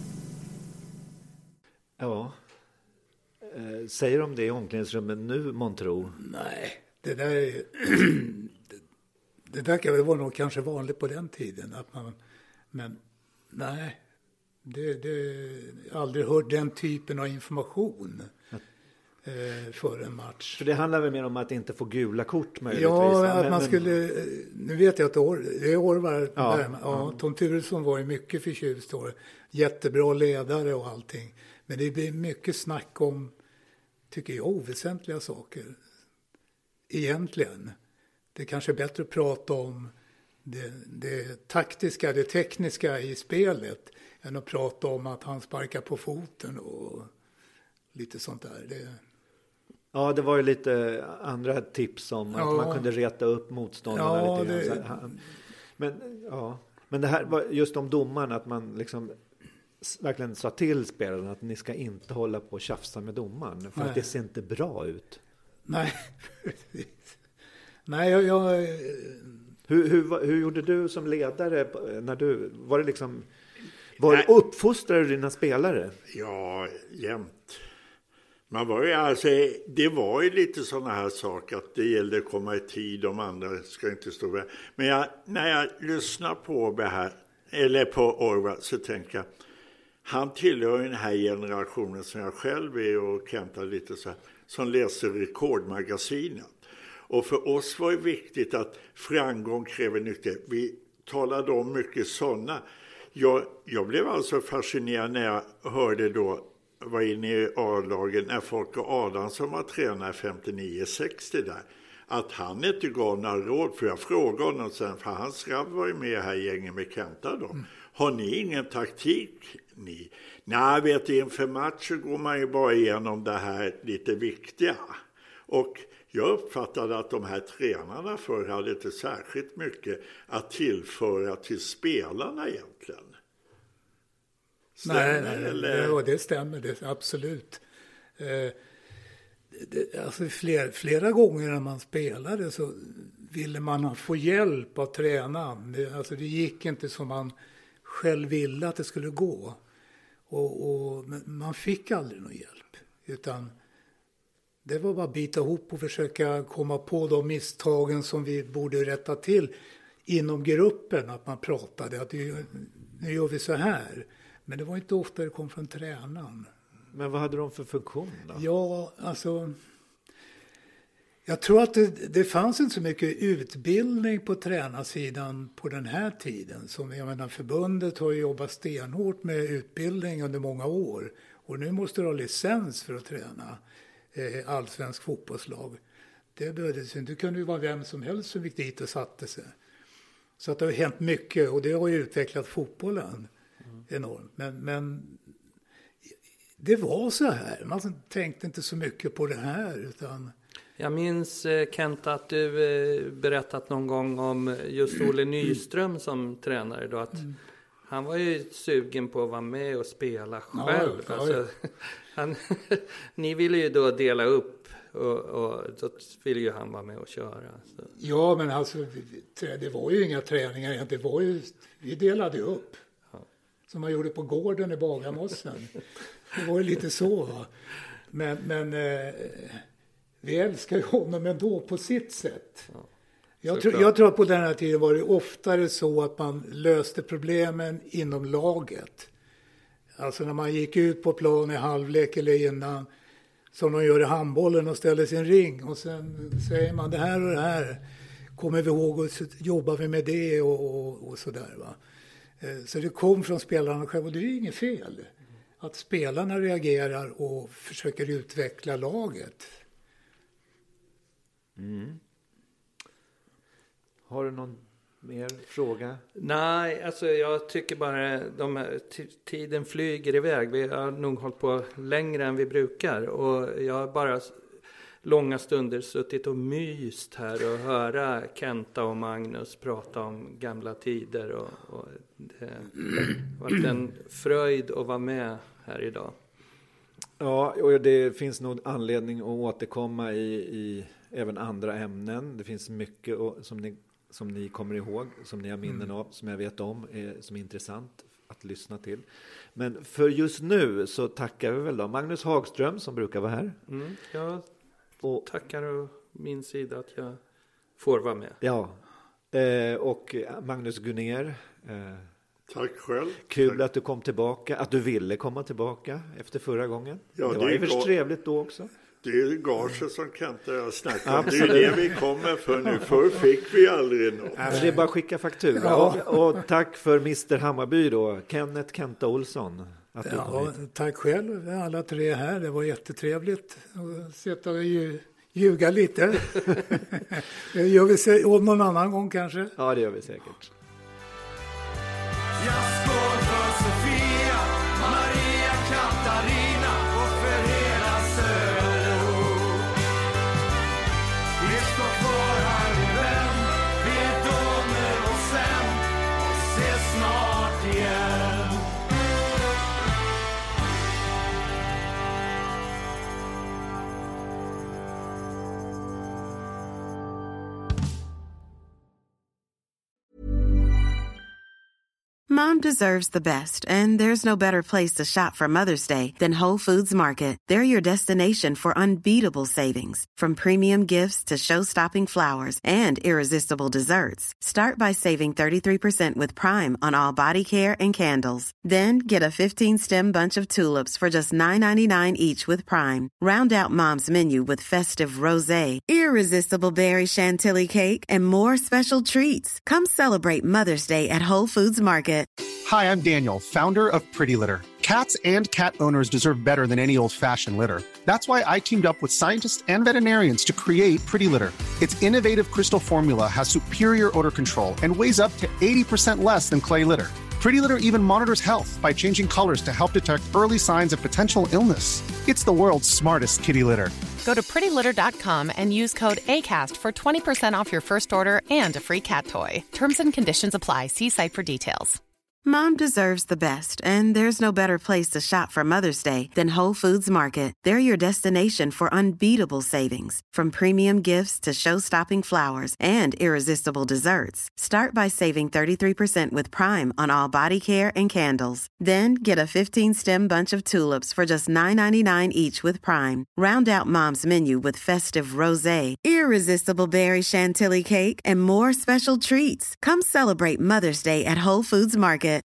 Ja. Eh, säger de det i omklädningsrummet nu, Montro? Nej, det där är det, det verkar väl vara nog kanske vanligt på den tiden. Att man, men nej, det, det jag har aldrig hört den typen av information eh, för en match. För det handlar väl mer om att inte få gula kort möjligtvis? Ja, att men, man men... skulle, nu vet jag att Or, det är Orvar, ja, där, ja, Tom Turesson var ju mycket förtjust då. Jättebra ledare och allting. Men det blir mycket snack om, tycker jag, oväsentliga saker. Egentligen. Det är kanske bättre att prata om det, det taktiska, det tekniska i spelet än att prata om att han sparkar på foten och lite sånt där. Det... Ja, det var ju lite andra tips om att ja. man kunde reta upp motståndarna ja, lite grann. Det... Han... Men, ja. Men det här var just om domaren, att man liksom verkligen sa till spelarna att ni ska inte hålla på och tjafsa med domaren. För Nej. Att det ser inte bra ut. Nej, Nej, jag... jag... Hur, hur, hur gjorde du som ledare när du... Var det liksom... Var du uppfostrade dina spelare? Ja, jämt. Man var ju alltså... Det var ju lite sådana här saker att det gällde att komma i tid, de andra ska inte stå med. Men jag, när jag lyssnar på det här, eller på Orvar, så tänker jag... Han tillhör ju den här generationen som jag själv är och Kenta lite så här, som läser Rekordmagasinet. Och för oss var det viktigt att framgång kräver nyttighet. Vi talade om mycket sådana. Jag, jag blev alltså fascinerad när jag hörde då, var inne i A-lagen, när Folke Adamsson var tränare femtionio sextio där. Att han inte gav några råd, för jag frågade honom sen, för hans grabb var ju med här gängen med Kenta då. Mm. Har ni ingen taktik? Ni? Nej, vet du, inför matcher går man ju bara igenom det här lite viktiga. Och jag uppfattade att de här tränarna för hade inte särskilt mycket att tillföra till spelarna egentligen. Stämmer, nej, nej, eller? Ja, det stämmer, det, absolut. Eh, det, alltså fler, flera gånger när man spelade så ville man få hjälp av tränaren. Det, alltså det gick inte som man själv ville att det skulle gå. Och, och man fick aldrig någon hjälp. Utan det var bara att bita ihop och försöka komma på de misstagen som vi borde rätta till inom gruppen. Att man pratade att nu gör vi så här. Men det var inte ofta det kom från tränaren. Men vad hade de för funktion då? Ja, alltså... Jag tror att det, det fanns inte så mycket utbildning på tränarsidan på den här tiden. Som, jag menar, förbundet har ju jobbat stenhårt med utbildning under många år. Och nu måste du ha licens för att träna eh, allsvensk fotbollslag. Det behövdes inte. Det kunde ju vara vem som helst som gick dit och satte sig. Så att det har hänt mycket och det har ju utvecklat fotbollen mm. enormt. Men, men det var så här. Man tänkte inte så mycket på det här utan... Jag minns, Kent, att du berättat någon gång om just Olle Nyström som tränare då, att mm. han var ju sugen på att vara med och spela själv. Ja, ja, alltså, ja. Han, ni ville ju då dela upp och, och då ville ju han vara med och köra. Så. Ja, men alltså det var ju inga träningar, det var ju, vi delade upp. Ja. Som man gjorde på gården i Bagarmossen. Det var ju lite så, va? Men... men eh, vi älskar ju honom ändå på sitt sätt. Ja, jag, tror, jag tror att på den här tiden var det oftare så att man löste problemen inom laget. Alltså när man gick ut på plan i halvlek eller innan, som de gör i handbollen och ställer sin ring. Och sen säger man det här och det här. Kommer vi ihåg och så jobbar vi med det och, och, och sådär, va. Så det kom från spelarna själva och det är ju inget fel. Att spelarna reagerar och försöker utveckla laget. Mm. Har du någon mer fråga? Nej, alltså jag tycker bara de här, t- tiden flyger iväg. Vi har nog hållit på längre än vi brukar. Och jag har bara långa stunder suttit och myst här och höra Kenta och Magnus prata om gamla tider. Och, och det har varit en fröjd att vara med här idag. Ja, och det finns nog anledning att återkomma i... i även andra ämnen. Det finns mycket som ni, som ni kommer ihåg, som ni har minnen mm. av, som jag vet om, är, som är intressant att lyssna till. Men för just nu så tackar vi väl då Magnus Hagström som brukar vara här. Mm, jag och, tackar å min sida att jag får vara med. Ja, eh, och Magnus Gunner. Eh, Tack själv. Kul Tack. att du kom tillbaka, att du ville komma tillbaka efter förra gången. Ja, det var det ju för går... trevligt då också. Det är gaget som Kenta jag snackar om. Det är det vi kommer för nu. Förr fick vi aldrig något. Nej, det är bara att skicka faktura. Ja. Och, och tack för mister Hammarby då. Kenneth Kenta Olsson. Att du ja, tack själv alla tre här. Det var jättetrevligt att sitta och ljuga lite. Det gör vi se om någon annan gång kanske. Ja, det gör vi säkert. Jag står för Sofia, Maria, Katarina och för hela Söderort. Vi står kvar här i vän, vi är domer och sen och ses snart igen. Mom deserves the best, and there's no better place to shop for Mother's Day than Whole Foods Market. They're your destination for unbeatable savings, from premium gifts to show-stopping flowers and irresistible desserts. Start by saving thirty-three percent with Prime on all body care and candles. Then get a fifteen-stem bunch of tulips for just nine ninety-nine each with Prime. Round out Mom's menu with festive rosé, irresistible berry chantilly cake, and more special treats. Come celebrate Mother's Day at Whole Foods Market. Hi, I'm Daniel, founder of Pretty Litter. Cats and cat owners deserve better than any old-fashioned litter. That's why I teamed up with scientists and veterinarians to create Pretty Litter. Its innovative crystal formula has superior odor control and weighs up to eighty percent less than clay litter. Pretty Litter even monitors health by changing colors to help detect early signs of potential illness. It's the world's smartest kitty litter. Go to pretty litter dot com and use code ACAST for twenty percent off your first order and a free cat toy. Terms and conditions apply. See site for details. Mom deserves the best, and there's no better place to shop for Mother's Day than Whole Foods Market. They're your destination for unbeatable savings, from premium gifts to show-stopping flowers and irresistible desserts. Start by saving thirty-three percent with Prime on all body care and candles. Then get a fifteen-stem bunch of tulips for just nine ninety-nine each with Prime. Round out Mom's menu with festive rosé, irresistible berry chantilly cake, and more special treats. Come celebrate Mother's Day at Whole Foods Market.